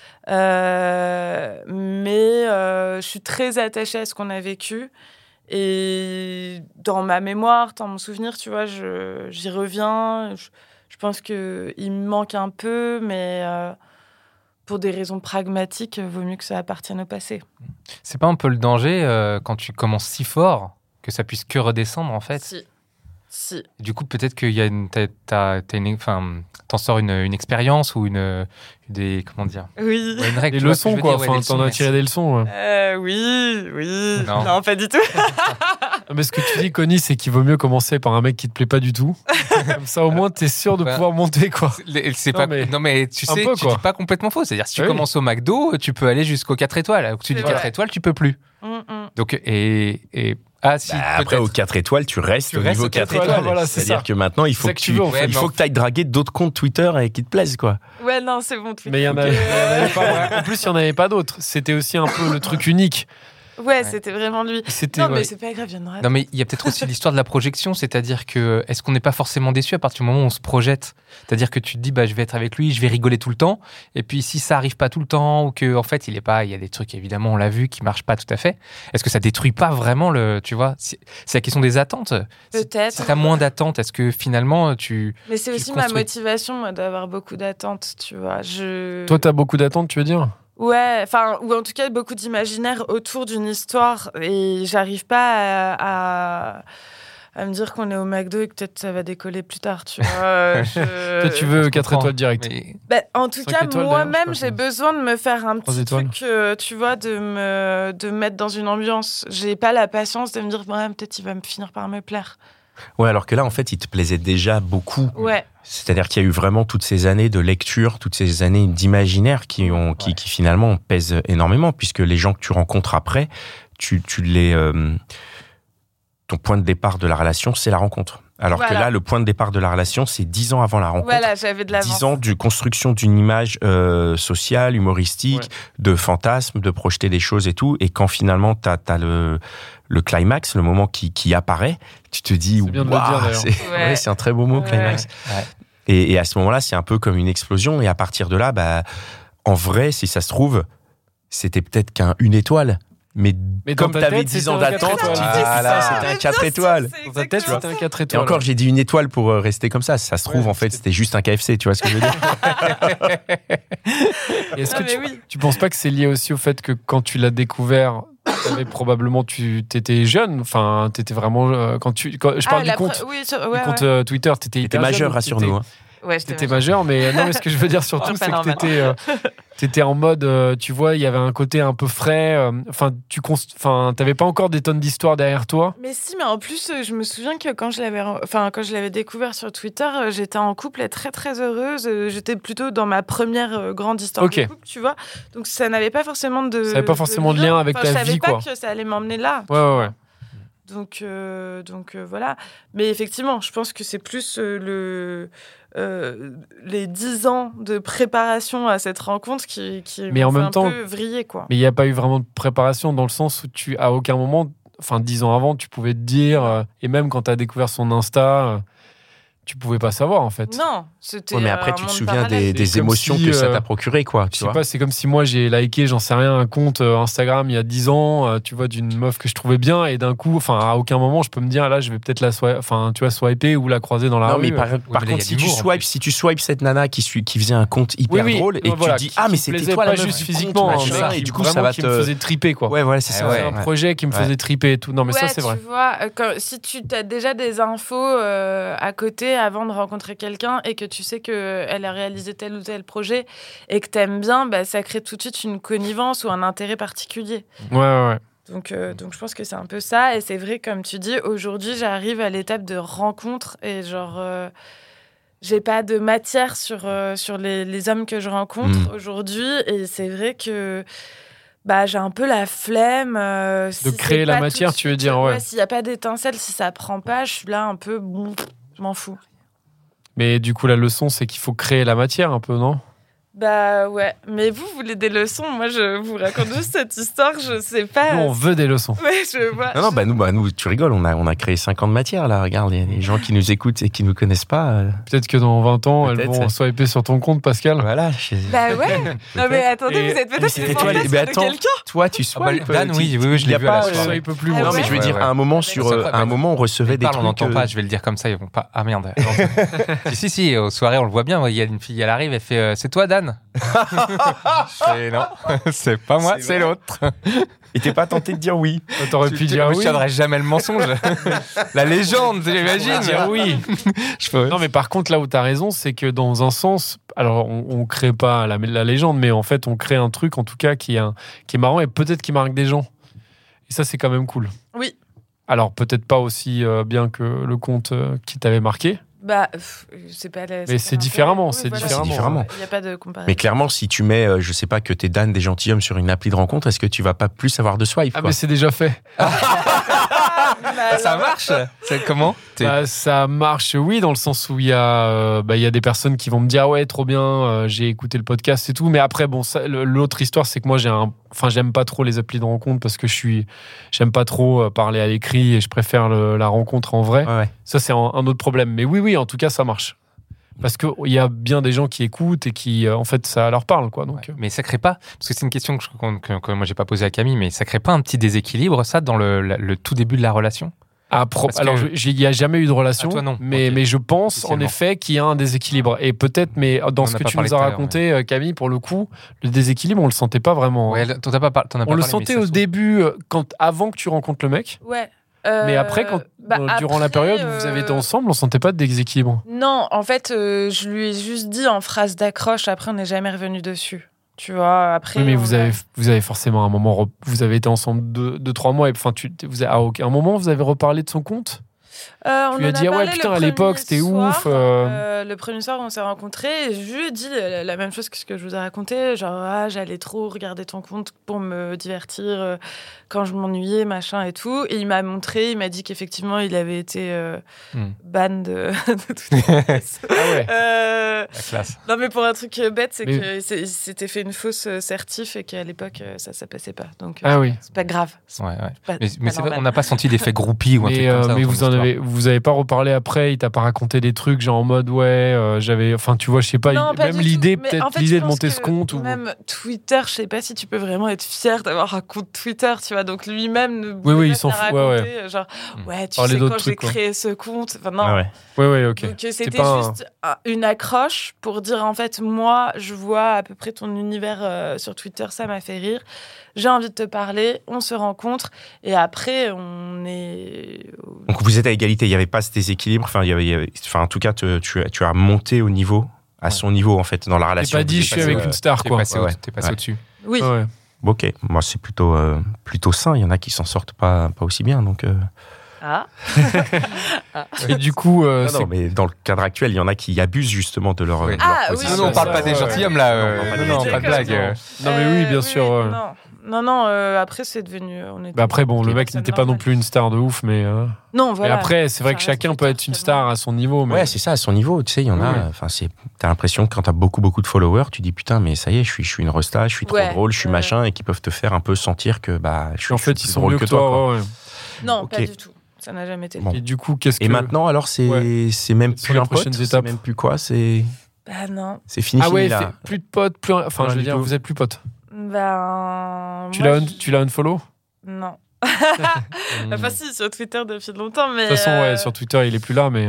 [SPEAKER 6] Mais je suis très attachée à ce qu'on a vécu. Et dans ma mémoire, dans mon souvenir, tu vois, j'y reviens. Je pense qu'il me manque un peu, mais pour des raisons pragmatiques, il vaut mieux que ça appartienne au passé.
[SPEAKER 4] C'est pas un peu le danger quand tu commences si fort que ça puisse que redescendre en fait?
[SPEAKER 6] Si.
[SPEAKER 4] Du coup, peut-être qu'il y a t'en sors une expérience ou comment dire?
[SPEAKER 6] Oui.
[SPEAKER 4] Une règle.
[SPEAKER 5] Des leçons quoi. Enfin, t'en as tiré des leçons.
[SPEAKER 6] Oui. Non, pas du tout.
[SPEAKER 5] Mais ce que tu dis, Connie, c'est qu'il vaut mieux commencer par un mec qui te plaît pas du tout. Comme ça, au moins, t'es sûr de pouvoir monter, quoi.
[SPEAKER 4] Non, mais tu sais, tu dis pas complètement faux. C'est-à-dire, si tu commences au McDo, tu peux aller jusqu'au 4 étoiles. Au-dessus du 4 étoiles, tu peux plus. Donc, si,
[SPEAKER 3] après, au 4 étoiles, tu restes au niveau 4 étoiles.
[SPEAKER 5] Voilà,
[SPEAKER 3] c'est-à-dire que maintenant, il faut que tu ailles draguer d'autres comptes Twitter et qui te plaisent, quoi.
[SPEAKER 6] Ouais, non, c'est bon.
[SPEAKER 5] Mais il y en avait pas. En plus, il y en avait pas d'autres. C'était aussi un peu le truc unique.
[SPEAKER 6] Ouais, c'était vraiment lui. Mais c'est pas grave, il y en aura.
[SPEAKER 4] Non, mais il y a peut-être aussi l'histoire de la projection, c'est-à-dire que est-ce qu'on n'est pas forcément déçu à partir du moment où on se projette? C'est-à-dire que tu te dis, je vais être avec lui, je vais rigoler tout le temps, et puis si ça arrive pas tout le temps, ou que en fait il y a des trucs évidemment on l'a vu qui marchent pas tout à fait. Est-ce que ça détruit pas vraiment tu vois, c'est la question des attentes.
[SPEAKER 6] Peut-être.
[SPEAKER 4] Si t'as moins d'attentes, est-ce que finalement tu?
[SPEAKER 6] Mais c'est aussi ma motivation, moi, d'avoir beaucoup d'attentes, tu vois.
[SPEAKER 5] Toi, t'as beaucoup d'attentes, tu veux dire?
[SPEAKER 6] Ouais, ou en tout cas beaucoup d'imaginaire autour d'une histoire, et j'arrive pas à me dire qu'on est au McDo et que peut-être ça va décoller plus tard, tu vois.
[SPEAKER 5] Toi, tu veux 4 étoiles direct.
[SPEAKER 6] En tout cas, moi-même, j'ai besoin de me faire un petit truc, tu vois, de me mettre dans une ambiance. J'ai pas la patience de me dire, peut-être il va me finir par me plaire.
[SPEAKER 3] Ouais, alors que là, en fait, il te plaisait déjà beaucoup.
[SPEAKER 6] Ouais.
[SPEAKER 3] C'est-à-dire qu'il y a eu vraiment toutes ces années de lecture, toutes ces années d'imaginaire qui finalement pèsent énormément, puisque les gens que tu rencontres après, ton point de départ de la relation, c'est la rencontre. Alors que là, le point de départ de la relation, c'est 10 ans avant la rencontre.
[SPEAKER 6] Voilà, j'avais de l'avance.
[SPEAKER 3] 10 ans de construction d'une image sociale, humoristique, de fantasme, de projeter des choses et tout. Et quand finalement, t'as le climax, le moment qui apparaît, tu te dis, waouh, c'est un très beau mot, climax.
[SPEAKER 4] Ouais.
[SPEAKER 3] Et à ce moment-là, c'est un peu comme une explosion. Et à partir de là, en vrai, si ça se trouve, c'était peut-être qu'une étoile. Mais comme tu avais 10 ans d'attente, tu dis c'était un 4 étoiles.
[SPEAKER 5] Dans ta tête, c'était un 4
[SPEAKER 3] Et
[SPEAKER 5] étoiles.
[SPEAKER 3] encore, j'ai dit une étoile pour rester comme ça. Ça se trouve, en fait, c'était juste un KFC, tu vois ce que je veux dire?
[SPEAKER 5] Est-ce que tu penses pas que c'est lié aussi au fait que quand tu l'as découvert, t'étais jeune, enfin, t'étais vraiment. Je parle du compte, compte Twitter, t'étais
[SPEAKER 3] majeur, rassure-nous.
[SPEAKER 6] Ouais,
[SPEAKER 5] t'étais majeur, mais non, mais ce que je veux dire surtout, c'est que t'étais en mode, tu vois, il y avait un côté un peu frais. T'avais pas encore des tonnes d'histoires derrière toi.
[SPEAKER 6] Mais si, mais en plus, je me souviens que quand je l'avais découvert sur Twitter, j'étais en couple et très très heureuse. J'étais plutôt dans ma première grande histoire de couple, tu vois. Donc ça n'avait pas forcément de. Ça
[SPEAKER 5] n'avait pas forcément de lien avec ta vie, quoi.
[SPEAKER 6] Je savais pas que ça allait m'emmener là.
[SPEAKER 5] Ouais.
[SPEAKER 6] Donc voilà. Mais effectivement, je pense que c'est plus les 10 ans de préparation à cette rencontre qui
[SPEAKER 5] mais en même temps,
[SPEAKER 6] un peu vriller, quoi.
[SPEAKER 5] Mais il n'y a pas eu vraiment de préparation dans le sens où à aucun moment, 10 ans avant, tu pouvais te dire, et même quand tu as découvert son Insta, tu pouvais pas savoir en fait.
[SPEAKER 6] Non, c'était.
[SPEAKER 3] Ouais, mais après, tu
[SPEAKER 6] un
[SPEAKER 3] te
[SPEAKER 6] monde
[SPEAKER 3] souviens
[SPEAKER 6] parallèle.
[SPEAKER 3] des
[SPEAKER 5] C'est comme
[SPEAKER 3] émotions
[SPEAKER 5] si,
[SPEAKER 3] que ça t'a procuré, quoi.
[SPEAKER 5] Je
[SPEAKER 3] Tu
[SPEAKER 5] sais
[SPEAKER 3] vois.
[SPEAKER 5] pas, c'est comme si moi j'ai liké, j'en sais rien, un compte Instagram il y a 10 ans, tu vois, d'une meuf que je trouvais bien, et d'un coup, enfin, à aucun moment, je peux me dire, là, je vais peut-être swiper ou la croiser dans la
[SPEAKER 3] Non,
[SPEAKER 5] rue.
[SPEAKER 3] mais par
[SPEAKER 4] mais là, il y
[SPEAKER 3] contre,
[SPEAKER 4] a
[SPEAKER 3] si
[SPEAKER 4] de l'humour, en
[SPEAKER 3] tu swipes cette nana qui faisait un compte hyper
[SPEAKER 5] Oui,
[SPEAKER 3] drôle et que
[SPEAKER 5] voilà,
[SPEAKER 3] tu te dis,
[SPEAKER 5] qui
[SPEAKER 3] ah, mais
[SPEAKER 5] me
[SPEAKER 3] c'était
[SPEAKER 5] plaisait
[SPEAKER 3] toi la
[SPEAKER 5] pas
[SPEAKER 3] meuf
[SPEAKER 5] juste
[SPEAKER 3] du
[SPEAKER 5] physiquement,
[SPEAKER 3] compte,
[SPEAKER 5] hein,
[SPEAKER 3] machin,
[SPEAKER 5] mais
[SPEAKER 3] et du coup,
[SPEAKER 5] vraiment
[SPEAKER 3] ça va
[SPEAKER 5] qui me faisait
[SPEAKER 3] te.
[SPEAKER 5] triper, quoi.
[SPEAKER 3] Ouais, voilà, c'est ça.
[SPEAKER 5] C'est un projet qui me faisait triper et tout. Non, mais ça, c'est vrai.
[SPEAKER 6] Tu vois, si tu as déjà des infos à côté avant de rencontrer quelqu'un et que tu sais qu'elle a réalisé tel ou tel projet et que t'aimes bien, bah, ça crée tout de suite une connivence ou un intérêt particulier.
[SPEAKER 5] Ouais.
[SPEAKER 6] Donc je pense que c'est un peu ça. Et c'est vrai, comme tu dis, aujourd'hui, j'arrive à l'étape de rencontre et genre... j'ai pas de matière sur les hommes que je rencontre aujourd'hui. Et c'est vrai que j'ai un peu la flemme.
[SPEAKER 5] De créer la matière, tu veux dire, ouais.
[SPEAKER 6] S'il n'y a pas d'étincelle, si ça prend pas, je suis là un peu... Bon, je m'en fous.
[SPEAKER 5] Mais du coup, la leçon, c'est qu'il faut créer la matière un peu, non ?
[SPEAKER 6] Bah ouais, mais vous voulez des leçons, moi je vous raconte juste cette histoire, je sais pas.
[SPEAKER 5] Nous, on veut des leçons.
[SPEAKER 6] Ouais, je vois.
[SPEAKER 3] Non, nous, tu rigoles, on a créé 5 ans de matière, là. Regarde, les gens qui nous écoutent et qui nous connaissent pas.
[SPEAKER 5] Peut-être que dans 20 ans, elles
[SPEAKER 3] Peut-être,
[SPEAKER 5] vont swiper sur ton compte, Pascal.
[SPEAKER 3] Voilà.
[SPEAKER 6] Bah ouais. Non mais attendez,
[SPEAKER 5] Et-
[SPEAKER 6] vous êtes
[SPEAKER 3] Mais
[SPEAKER 6] peut-être
[SPEAKER 3] c'était
[SPEAKER 6] les
[SPEAKER 3] toi,
[SPEAKER 6] fantasmes
[SPEAKER 3] mais
[SPEAKER 6] de
[SPEAKER 3] attends,
[SPEAKER 6] quelqu'un.
[SPEAKER 3] toi, tu swipes.
[SPEAKER 4] Dan, oui, je l'ai vu à la soirée.
[SPEAKER 5] Swipe plus
[SPEAKER 6] Ah
[SPEAKER 5] loin.
[SPEAKER 3] Non, mais je veux dire, à un moment, à un moment, on recevait des
[SPEAKER 4] On
[SPEAKER 3] trucs.
[SPEAKER 4] n'entend pas, je vais le dire comme ça, ils vont pas. Ah merde. si, aux soirées, on le voit bien. Il y a une fille, elle arrive, elle fait c'est toi, Dan? Je fais non, c'est pas moi, c'est l'autre.
[SPEAKER 3] Et t'es pas tenté de dire oui.
[SPEAKER 5] T'aurais pu dire
[SPEAKER 4] Je
[SPEAKER 5] oui.
[SPEAKER 4] tiendrai jamais le mensonge. La légende, j'imagine.
[SPEAKER 5] Dire oui. Non, mais par contre, là où t'as raison, c'est que dans un sens, alors on crée pas la légende, mais en fait, on crée un truc, en tout cas, qui est marrant et peut-être qui marque des gens. Et ça, c'est quand même cool.
[SPEAKER 6] Oui.
[SPEAKER 5] Alors, peut-être pas aussi bien que le compte qui t'avait marqué.
[SPEAKER 6] C'est pas
[SPEAKER 5] Mais c'est différemment,
[SPEAKER 6] Oui,
[SPEAKER 5] c'est
[SPEAKER 6] voilà.
[SPEAKER 3] différemment.
[SPEAKER 6] Il n'y a pas de comparaison.
[SPEAKER 3] Mais clairement, si tu mets, je sais pas, que t'es Dan des gentilshommes sur une appli de rencontre, est-ce que tu vas pas plus avoir de swipe,
[SPEAKER 5] Ah,
[SPEAKER 3] quoi.
[SPEAKER 5] mais c'est déjà fait.
[SPEAKER 4] Ça marche. C'est comment?
[SPEAKER 5] Ça marche, oui, dans le sens où il y a des personnes qui vont me dire ouais, trop bien, j'ai écouté le podcast et tout. Mais après, bon, l'autre histoire, c'est que moi, j'aime pas trop les applis de rencontre parce que j'aime pas trop parler à l'écrit et je préfère la rencontre en vrai.
[SPEAKER 3] Ouais.
[SPEAKER 5] Ça, c'est un autre problème. Mais oui, en tout cas, ça marche. Parce qu'il y a bien des gens qui écoutent et qui, en fait, ça leur parle, quoi. Donc,
[SPEAKER 4] Mais ça crée pas, parce que c'est une question que moi j'ai pas posée à Camille, mais ça crée pas un petit déséquilibre, ça, dans le tout début de la relation?
[SPEAKER 5] Alors, il n'y a jamais eu de relation,
[SPEAKER 4] Ah, toi, non.
[SPEAKER 5] mais,
[SPEAKER 4] Ok.
[SPEAKER 5] mais je pense en
[SPEAKER 4] Officiellement.
[SPEAKER 5] effet qu'il y a un déséquilibre. Et peut-être, mais dans
[SPEAKER 4] On
[SPEAKER 5] ce
[SPEAKER 4] en a
[SPEAKER 5] que
[SPEAKER 4] pas
[SPEAKER 5] tu
[SPEAKER 4] parlé
[SPEAKER 5] nous as
[SPEAKER 4] tout à l'heure,
[SPEAKER 5] raconté, Camille, pour le coup, le déséquilibre, on le sentait pas vraiment.
[SPEAKER 4] Ouais, t'en as pas parlé,
[SPEAKER 5] On le sentait au début, avant que tu rencontres le mec.
[SPEAKER 6] Ouais.
[SPEAKER 5] Mais après, durant la période où vous avez été ensemble, on sentait pas de déséquilibre.
[SPEAKER 6] Non, en fait, je lui ai juste dit en phrase d'accroche. Après, on n'est jamais revenu dessus. Tu vois, après.
[SPEAKER 5] Oui, mais vous avez forcément un moment, vous avez été ensemble 2-3 mois, et enfin, à aucun moment vous avez reparlé de son compte.
[SPEAKER 6] On
[SPEAKER 5] lui as
[SPEAKER 6] en
[SPEAKER 5] dit,
[SPEAKER 6] a
[SPEAKER 5] ouais,
[SPEAKER 6] parlé
[SPEAKER 5] putain,
[SPEAKER 6] le
[SPEAKER 5] à l'époque,
[SPEAKER 6] premier
[SPEAKER 5] c'était
[SPEAKER 6] soir.
[SPEAKER 5] ouf.
[SPEAKER 6] Le premier soir où on s'est rencontrés, je lui ai dit la même chose que ce que je vous ai raconté. Genre, j'allais trop regarder ton compte pour me divertir quand je m'ennuyais, machin et tout. Et il m'a montré, il m'a dit qu'effectivement, il avait été ban de toutes les pièces.
[SPEAKER 5] Ah ouais.
[SPEAKER 4] La classe.
[SPEAKER 6] Non, mais pour un truc bête, c'est qu'il s'était fait une fausse certif et qu'à l'époque, ça passait pas. Donc,
[SPEAKER 5] oui.
[SPEAKER 6] c'est pas grave.
[SPEAKER 4] Ouais.
[SPEAKER 6] Pas-
[SPEAKER 4] Mais
[SPEAKER 6] pas
[SPEAKER 4] c'est vrai
[SPEAKER 6] normal.
[SPEAKER 4] qu'on n'a pas senti d'effet groupie ou un truc comme ça.
[SPEAKER 5] Mais
[SPEAKER 4] dans ton histoire.
[SPEAKER 5] vous avez pas reparlé après, il t'a pas raconté des trucs genre en mode enfin tu vois, je sais pas,
[SPEAKER 6] Non, pas
[SPEAKER 5] même
[SPEAKER 6] du
[SPEAKER 5] l'idée
[SPEAKER 6] tout. Mais
[SPEAKER 5] peut-être
[SPEAKER 6] en fait,
[SPEAKER 5] l'idée
[SPEAKER 6] je
[SPEAKER 5] de
[SPEAKER 6] pense
[SPEAKER 5] monter
[SPEAKER 6] que
[SPEAKER 5] ce compte ou
[SPEAKER 6] même Twitter, je sais pas si tu peux vraiment être fier d'avoir un compte Twitter, tu vois. Donc lui-même ne
[SPEAKER 5] Oui,
[SPEAKER 6] voulait
[SPEAKER 5] il
[SPEAKER 6] pas
[SPEAKER 5] s'en
[SPEAKER 6] te la
[SPEAKER 5] fout, ouais,
[SPEAKER 6] raconter, genre tu
[SPEAKER 5] Parler
[SPEAKER 6] sais
[SPEAKER 5] d'autres
[SPEAKER 6] quand j'ai
[SPEAKER 5] trucs, quoi.
[SPEAKER 6] créé ce compte, enfin non.
[SPEAKER 3] Ouais.
[SPEAKER 5] ouais, ok.
[SPEAKER 6] Donc c'était
[SPEAKER 5] pas
[SPEAKER 6] juste une accroche pour dire en fait moi je vois à peu près ton univers sur Twitter, ça m'a fait rire. J'ai envie de te parler, on se rencontre et après on est.
[SPEAKER 3] Donc vous êtes à égalité, il n'y avait pas ce déséquilibre. Enfin, en tout cas, tu as monté au niveau, à son niveau, en fait, dans la
[SPEAKER 5] T'es
[SPEAKER 3] relation.
[SPEAKER 5] pas dit
[SPEAKER 3] Vous
[SPEAKER 5] je suis
[SPEAKER 3] êtes
[SPEAKER 5] avec
[SPEAKER 3] passé,
[SPEAKER 5] une star,
[SPEAKER 4] T'es
[SPEAKER 5] quoi.
[SPEAKER 4] passé,
[SPEAKER 3] Ouais.
[SPEAKER 4] t'es passé
[SPEAKER 3] Ouais.
[SPEAKER 4] au-dessus.
[SPEAKER 6] Oui.
[SPEAKER 5] Ouais.
[SPEAKER 3] Ok, moi c'est plutôt sain. Il y en a qui s'en sortent pas aussi bien. Donc,
[SPEAKER 6] Ah.
[SPEAKER 5] Et du coup,
[SPEAKER 3] non, mais dans le cadre actuel, il y en a qui abusent justement de leur.
[SPEAKER 4] Oui.
[SPEAKER 3] de leur
[SPEAKER 6] Ah, oui,
[SPEAKER 3] position.
[SPEAKER 4] Non, on parle pas des
[SPEAKER 5] ouais.
[SPEAKER 4] gentilshommes là.
[SPEAKER 3] Non,
[SPEAKER 4] pas de blague.
[SPEAKER 5] non mais oui, bien sûr. ouais.
[SPEAKER 6] Non, après c'est devenu. On était
[SPEAKER 5] Bah après, bon, le
[SPEAKER 6] des
[SPEAKER 5] mec
[SPEAKER 6] personnes
[SPEAKER 5] n'était pas non
[SPEAKER 6] normales.
[SPEAKER 5] plus une star de ouf, mais.
[SPEAKER 6] Non, voilà.
[SPEAKER 5] Mais après, c'est vrai
[SPEAKER 6] Ça
[SPEAKER 5] que
[SPEAKER 6] reste
[SPEAKER 5] chacun peut
[SPEAKER 6] Twitter,
[SPEAKER 5] être une
[SPEAKER 6] c'est
[SPEAKER 5] star à son niveau. Mais...
[SPEAKER 3] Ouais, c'est ça, à son niveau. Tu sais, il y en a.
[SPEAKER 5] Ouais.
[SPEAKER 3] Enfin, t'as l'impression que quand t'as beaucoup de followers, tu dis putain, mais ça y est, je suis une resta, je suis trop
[SPEAKER 6] Ouais,
[SPEAKER 3] drôle, je suis
[SPEAKER 6] ouais.
[SPEAKER 3] machin, et qui peuvent te faire un peu sentir que bah, je suis
[SPEAKER 5] en fait,
[SPEAKER 3] plus
[SPEAKER 5] ils sont
[SPEAKER 3] drôle
[SPEAKER 5] mieux que
[SPEAKER 3] toi.
[SPEAKER 5] toi.
[SPEAKER 3] quoi.
[SPEAKER 5] ouais.
[SPEAKER 6] Non,
[SPEAKER 3] Ok.
[SPEAKER 6] pas du tout. Ça n'a jamais été le
[SPEAKER 3] Bon.
[SPEAKER 6] cas.
[SPEAKER 5] Et du coup, qu'est-ce que.
[SPEAKER 3] Et maintenant, alors, c'est même
[SPEAKER 5] Sur
[SPEAKER 3] plus
[SPEAKER 5] les
[SPEAKER 3] un pote,
[SPEAKER 5] prochaines
[SPEAKER 3] c'est
[SPEAKER 5] étapes.
[SPEAKER 3] même plus quoi, c'est
[SPEAKER 6] Bah non.
[SPEAKER 3] fini,
[SPEAKER 5] Ah ouais,
[SPEAKER 3] là.
[SPEAKER 5] plus de potes, plus. Enfin,
[SPEAKER 3] Rien
[SPEAKER 5] je veux
[SPEAKER 3] du
[SPEAKER 5] dire,
[SPEAKER 3] tout.
[SPEAKER 5] vous êtes plus potes.
[SPEAKER 6] Ben.
[SPEAKER 5] Tu
[SPEAKER 6] moi,
[SPEAKER 5] l'as unfollow?
[SPEAKER 6] Non.
[SPEAKER 3] Hmm.
[SPEAKER 6] Enfin, si, sur Twitter depuis longtemps, mais.
[SPEAKER 5] De toute façon, ouais, sur Twitter, il est plus là, mais.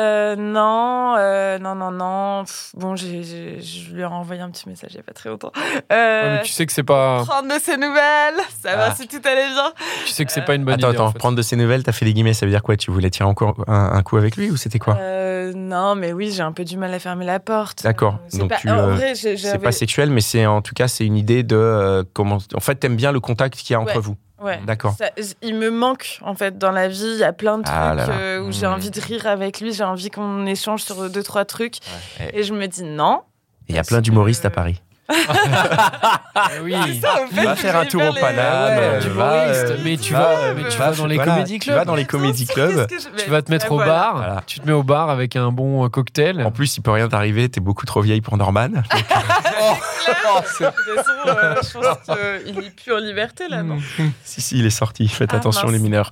[SPEAKER 6] Non. Bon, je lui ai renvoyé un petit message il n'y a pas très longtemps.
[SPEAKER 5] Ouais, mais tu sais que c'est pas.
[SPEAKER 6] Prendre de ses nouvelles, ça va
[SPEAKER 3] Ah.
[SPEAKER 6] si tout allait bien.
[SPEAKER 5] Tu sais que c'est pas une bonne idée.
[SPEAKER 3] Attends,
[SPEAKER 5] en fait.
[SPEAKER 3] prendre de ses nouvelles, t'as fait des guillemets, ça veut dire quoi? Tu voulais tirer encore un coup avec lui ou c'était quoi?
[SPEAKER 6] Non, mais oui, j'ai un peu du mal à fermer la porte.
[SPEAKER 3] D'accord.
[SPEAKER 6] C'est
[SPEAKER 3] Donc
[SPEAKER 6] pas...
[SPEAKER 3] tu,
[SPEAKER 6] en vrai,
[SPEAKER 3] c'est pas sexuel, mais c'est en tout cas c'est une idée de comment. En fait, t'aimes bien le contact qu'il y a entre
[SPEAKER 6] Ouais.
[SPEAKER 3] vous.
[SPEAKER 6] Ouais.
[SPEAKER 3] D'accord.
[SPEAKER 6] Il me manque en fait dans la vie. Il y a plein de trucs
[SPEAKER 3] Ah là là.
[SPEAKER 6] où j'ai envie de rire avec lui. J'ai envie qu'on échange sur 2-3 trucs.
[SPEAKER 3] Ouais.
[SPEAKER 6] Et je me dis non.
[SPEAKER 3] Et il y a plein d'humoristes à Paris.
[SPEAKER 5] Ah oui.
[SPEAKER 3] Va faire un tour au Paname.
[SPEAKER 5] Ouais, d'humoriste, mais tu vas dans les comédie
[SPEAKER 3] Tu
[SPEAKER 5] clubs.
[SPEAKER 3] vas dans les comédie clubs.
[SPEAKER 5] Tu vas te mettre au bar,
[SPEAKER 3] Voilà.
[SPEAKER 5] tu te mets au bar avec un bon cocktail.
[SPEAKER 3] En plus, il peut rien t'arriver, t'es beaucoup trop vieille pour Norman.
[SPEAKER 6] De toute façon, je pense qu'il est plus en liberté là, non?
[SPEAKER 3] Si, il est sorti. Faites
[SPEAKER 6] Ah,
[SPEAKER 3] attention,
[SPEAKER 6] mince.
[SPEAKER 3] les mineurs.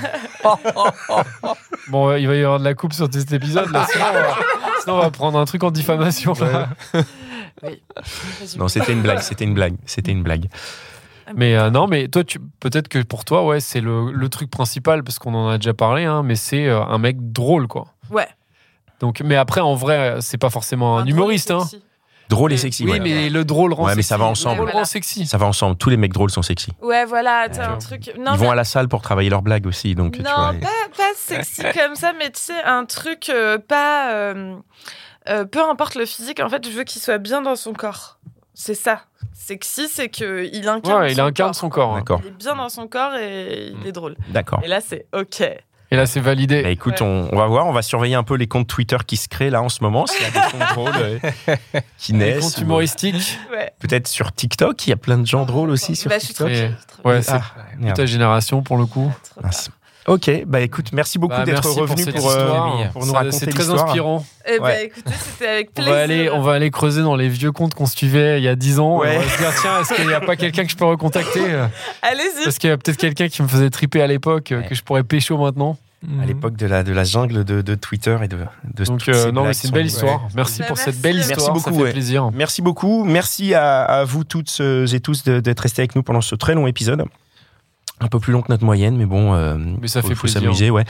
[SPEAKER 5] Bon, il va y avoir de la coupe sur cet épisode. Là, sinon, on va prendre un truc en diffamation. Là.
[SPEAKER 6] Oui.
[SPEAKER 3] Non, c'était une blague.
[SPEAKER 5] Mais non, mais toi, peut-être que pour toi, ouais, c'est le truc principal, parce qu'on en a déjà parlé, hein, mais c'est un mec drôle, quoi.
[SPEAKER 6] Ouais.
[SPEAKER 5] Donc, mais après, en vrai, c'est pas forcément un humoriste. Hein.
[SPEAKER 3] Drôle et sexy.
[SPEAKER 5] Oui,
[SPEAKER 3] ouais.
[SPEAKER 5] mais le drôle rend
[SPEAKER 3] Ouais, mais
[SPEAKER 5] sexy.
[SPEAKER 3] ça va ensemble.
[SPEAKER 5] Le drôle
[SPEAKER 6] Voilà.
[SPEAKER 5] rend sexy.
[SPEAKER 3] Ça va ensemble. Tous les mecs drôles sont sexy.
[SPEAKER 6] Ouais, voilà, t'as un truc. Non,
[SPEAKER 3] Ils vont
[SPEAKER 6] mais-
[SPEAKER 3] à la salle pour travailler leurs blagues aussi. Donc, tu vois.
[SPEAKER 6] Non, pas sexy comme ça, mais tu sais, un truc pas. Peu importe le physique, en fait, je veux qu'il soit bien dans son corps. C'est ça. Sexy, c'est qu'il incarne.
[SPEAKER 5] Ouais, il incarne son corps. Hein.
[SPEAKER 3] D'accord.
[SPEAKER 6] Il est bien dans son corps et il est drôle.
[SPEAKER 3] D'accord.
[SPEAKER 6] Et là, c'est OK.
[SPEAKER 5] Et là, c'est validé.
[SPEAKER 3] Bah, écoute,
[SPEAKER 6] Ouais.
[SPEAKER 3] on va voir, on va surveiller un peu les comptes Twitter qui se créent là en ce moment, s'il y a des comptes drôles qui
[SPEAKER 5] Les
[SPEAKER 3] naissent.
[SPEAKER 5] comptes
[SPEAKER 3] ou-
[SPEAKER 5] humoristiques.
[SPEAKER 6] Ouais.
[SPEAKER 3] Peut-être sur TikTok, il y a plein de gens drôles aussi sur
[SPEAKER 6] Bah, je suis trop
[SPEAKER 3] TikTok.
[SPEAKER 5] Et-
[SPEAKER 6] trop
[SPEAKER 5] Ouais, c'est
[SPEAKER 3] Ah,
[SPEAKER 5] plus
[SPEAKER 3] merde.
[SPEAKER 5] ta génération pour le coup.
[SPEAKER 6] trop
[SPEAKER 3] Mince. Ok, bah écoute, merci beaucoup
[SPEAKER 5] Bah,
[SPEAKER 3] d'être
[SPEAKER 5] merci pour
[SPEAKER 3] revenu
[SPEAKER 5] cette
[SPEAKER 3] pour
[SPEAKER 5] histoire.
[SPEAKER 3] pour nous raconter
[SPEAKER 5] C'est très
[SPEAKER 3] l'histoire.
[SPEAKER 5] inspirant.
[SPEAKER 6] Eh ben,
[SPEAKER 3] Ouais.
[SPEAKER 6] écoutez, c'était avec
[SPEAKER 5] On
[SPEAKER 6] plaisir.
[SPEAKER 5] va aller creuser dans les vieux comptes qu'on suivait il y a 10 ans.
[SPEAKER 3] Ouais.
[SPEAKER 5] Et on va se dire, tiens, est-ce qu'il n'y a pas quelqu'un que je peux recontacter
[SPEAKER 6] Allez-y.
[SPEAKER 5] Parce qu'il y a peut-être quelqu'un qui me faisait triper à l'époque,
[SPEAKER 3] Ouais.
[SPEAKER 5] que je pourrais pécho maintenant.
[SPEAKER 3] À l'époque de la jungle de Twitter et de
[SPEAKER 5] Donc,
[SPEAKER 3] toutes ces
[SPEAKER 5] non, mais
[SPEAKER 3] blagues
[SPEAKER 5] c'est une
[SPEAKER 3] sont-
[SPEAKER 5] belle histoire.
[SPEAKER 3] Ouais.
[SPEAKER 5] Merci
[SPEAKER 6] Bah,
[SPEAKER 5] pour
[SPEAKER 6] merci.
[SPEAKER 5] cette belle
[SPEAKER 6] Merci
[SPEAKER 5] histoire.
[SPEAKER 3] beaucoup,
[SPEAKER 5] ça fait
[SPEAKER 3] ouais.
[SPEAKER 5] plaisir.
[SPEAKER 3] Merci beaucoup. Merci à vous toutes et tous d'être restés avec nous pendant ce très long épisode. Un peu plus long que notre moyenne, mais bon,
[SPEAKER 5] Mais ça fait
[SPEAKER 3] faut
[SPEAKER 5] plaisir.
[SPEAKER 3] s'amuser, ouais.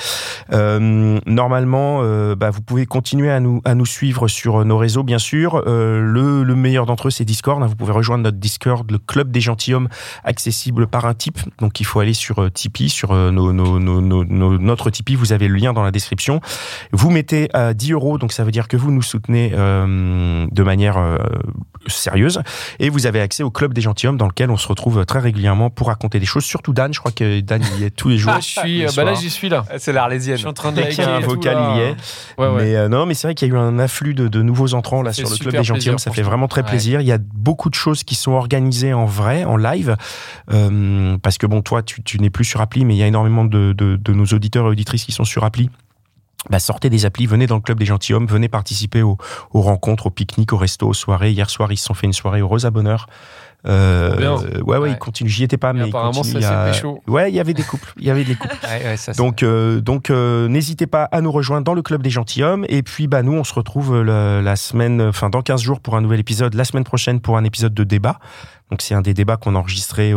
[SPEAKER 3] Normalement, vous pouvez continuer à nous suivre sur nos réseaux, bien sûr. Le meilleur d'entre eux, c'est Discord. Vous pouvez rejoindre notre Discord, le club des gentilshommes, accessible par un tip. Donc, il faut aller sur Tipeee, sur notre Tipeee. Vous avez le lien dans la description. Vous mettez 10 €, donc ça veut dire que vous nous soutenez de manière sérieuse. Et vous avez accès au club des gentilshommes, dans lequel on se retrouve très régulièrement pour raconter des choses. Surtout Dan, je crois que Dan y est tous les jours.
[SPEAKER 5] Ah, je suis,
[SPEAKER 3] le
[SPEAKER 5] bah là,
[SPEAKER 3] soir.
[SPEAKER 5] j'y suis là.
[SPEAKER 4] C'est l'Arlésienne.
[SPEAKER 5] Je suis en train de
[SPEAKER 3] Dès qu'il y a un
[SPEAKER 5] liker et tout,
[SPEAKER 3] vocal,
[SPEAKER 5] là.
[SPEAKER 3] il y est.
[SPEAKER 5] Ouais, ouais.
[SPEAKER 3] Mais non, mais c'est vrai qu'il y a eu un afflux de nouveaux entrants là
[SPEAKER 5] Ça
[SPEAKER 3] sur
[SPEAKER 5] fait
[SPEAKER 3] le club
[SPEAKER 5] super
[SPEAKER 3] des gentilshommes.
[SPEAKER 5] plaisir,
[SPEAKER 3] Ça fait
[SPEAKER 5] franchement.
[SPEAKER 3] vraiment très
[SPEAKER 4] Ouais.
[SPEAKER 3] plaisir. Il y a beaucoup de choses qui sont organisées en vrai, en live, parce que bon, toi, tu n'es plus sur appli, mais il y a énormément de nos auditeurs et auditrices qui sont sur appli. Bah, sortez des applis, venez dans le club des gentilshommes, venez participer aux rencontres, aux pique-niques, aux restos, aux soirées. Hier soir, ils se sont fait une soirée au Rosa Bonheur.
[SPEAKER 5] Bien.
[SPEAKER 3] Ouais,
[SPEAKER 4] Ouais.
[SPEAKER 3] ils continuent. J'y étais pas,
[SPEAKER 5] Mais
[SPEAKER 3] mais ils
[SPEAKER 5] apparemment,
[SPEAKER 3] continuent.
[SPEAKER 5] ça s'est pécho.
[SPEAKER 3] Ouais, il y avait des couples.
[SPEAKER 4] Ouais, ça,
[SPEAKER 3] Donc, n'hésitez pas à nous rejoindre dans le club des gentilshommes. Et puis, bah, nous, on se retrouve la semaine, enfin, dans 15 jours pour un nouvel épisode. La semaine prochaine pour un épisode de débat. Donc, c'est un des débats qu'on a enregistré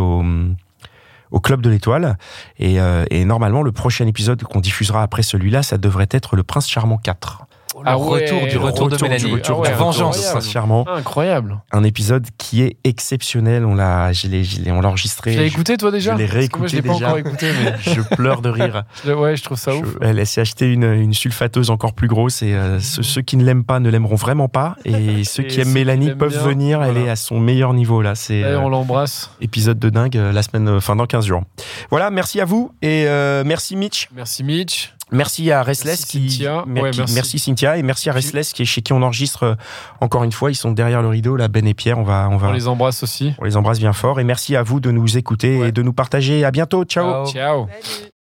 [SPEAKER 3] au Club de l'Étoile. Et normalement, le prochain épisode qu'on diffusera après celui-là, ça devrait être le Prince Charmant 4.
[SPEAKER 5] Ah ouais,
[SPEAKER 4] retour de Mélanie.
[SPEAKER 3] retour
[SPEAKER 5] Ah ouais,
[SPEAKER 3] du
[SPEAKER 4] vengeance.
[SPEAKER 3] de Prince Charmant.
[SPEAKER 5] Incroyable.
[SPEAKER 3] Un épisode qui est exceptionnel. On l'a enregistré.
[SPEAKER 5] Tu l'as écouté toi déjà
[SPEAKER 3] je l'ai
[SPEAKER 5] Parce que moi, je l'ai
[SPEAKER 3] réécouté
[SPEAKER 5] pas
[SPEAKER 3] déjà.
[SPEAKER 5] encore écouté, mais
[SPEAKER 3] Je pleure de rire.
[SPEAKER 5] ouais, je trouve ça ouf.
[SPEAKER 3] Elle s'est acheté une sulfateuse encore plus grosse et ceux qui ne l'aiment pas ne l'aimeront vraiment pas et ceux qui
[SPEAKER 5] Et
[SPEAKER 3] aiment
[SPEAKER 5] ceux qui
[SPEAKER 3] Mélanie
[SPEAKER 5] l'aiment
[SPEAKER 3] peuvent
[SPEAKER 5] bien,
[SPEAKER 3] venir. Elle
[SPEAKER 5] voilà.
[SPEAKER 3] est à son meilleur niveau là. C'est
[SPEAKER 5] D'ailleurs, on l'embrasse.
[SPEAKER 3] épisode de dingue la semaine, fin dans 15 jours. Voilà, merci à vous et merci Mitch.
[SPEAKER 5] Merci Mitch.
[SPEAKER 3] Merci à Restless
[SPEAKER 5] Merci Cynthia. Ouais, merci.
[SPEAKER 3] merci Cynthia et merci à Restless qui est chez qui on enregistre encore une fois. Ils sont derrière le rideau là, Ben et Pierre.
[SPEAKER 5] On les embrasse aussi.
[SPEAKER 3] on les embrasse bien fort et merci à vous de nous écouter
[SPEAKER 5] Ouais.
[SPEAKER 3] et de nous partager. À bientôt. Ciao.
[SPEAKER 4] Ciao.
[SPEAKER 5] Ciao.
[SPEAKER 6] Salut.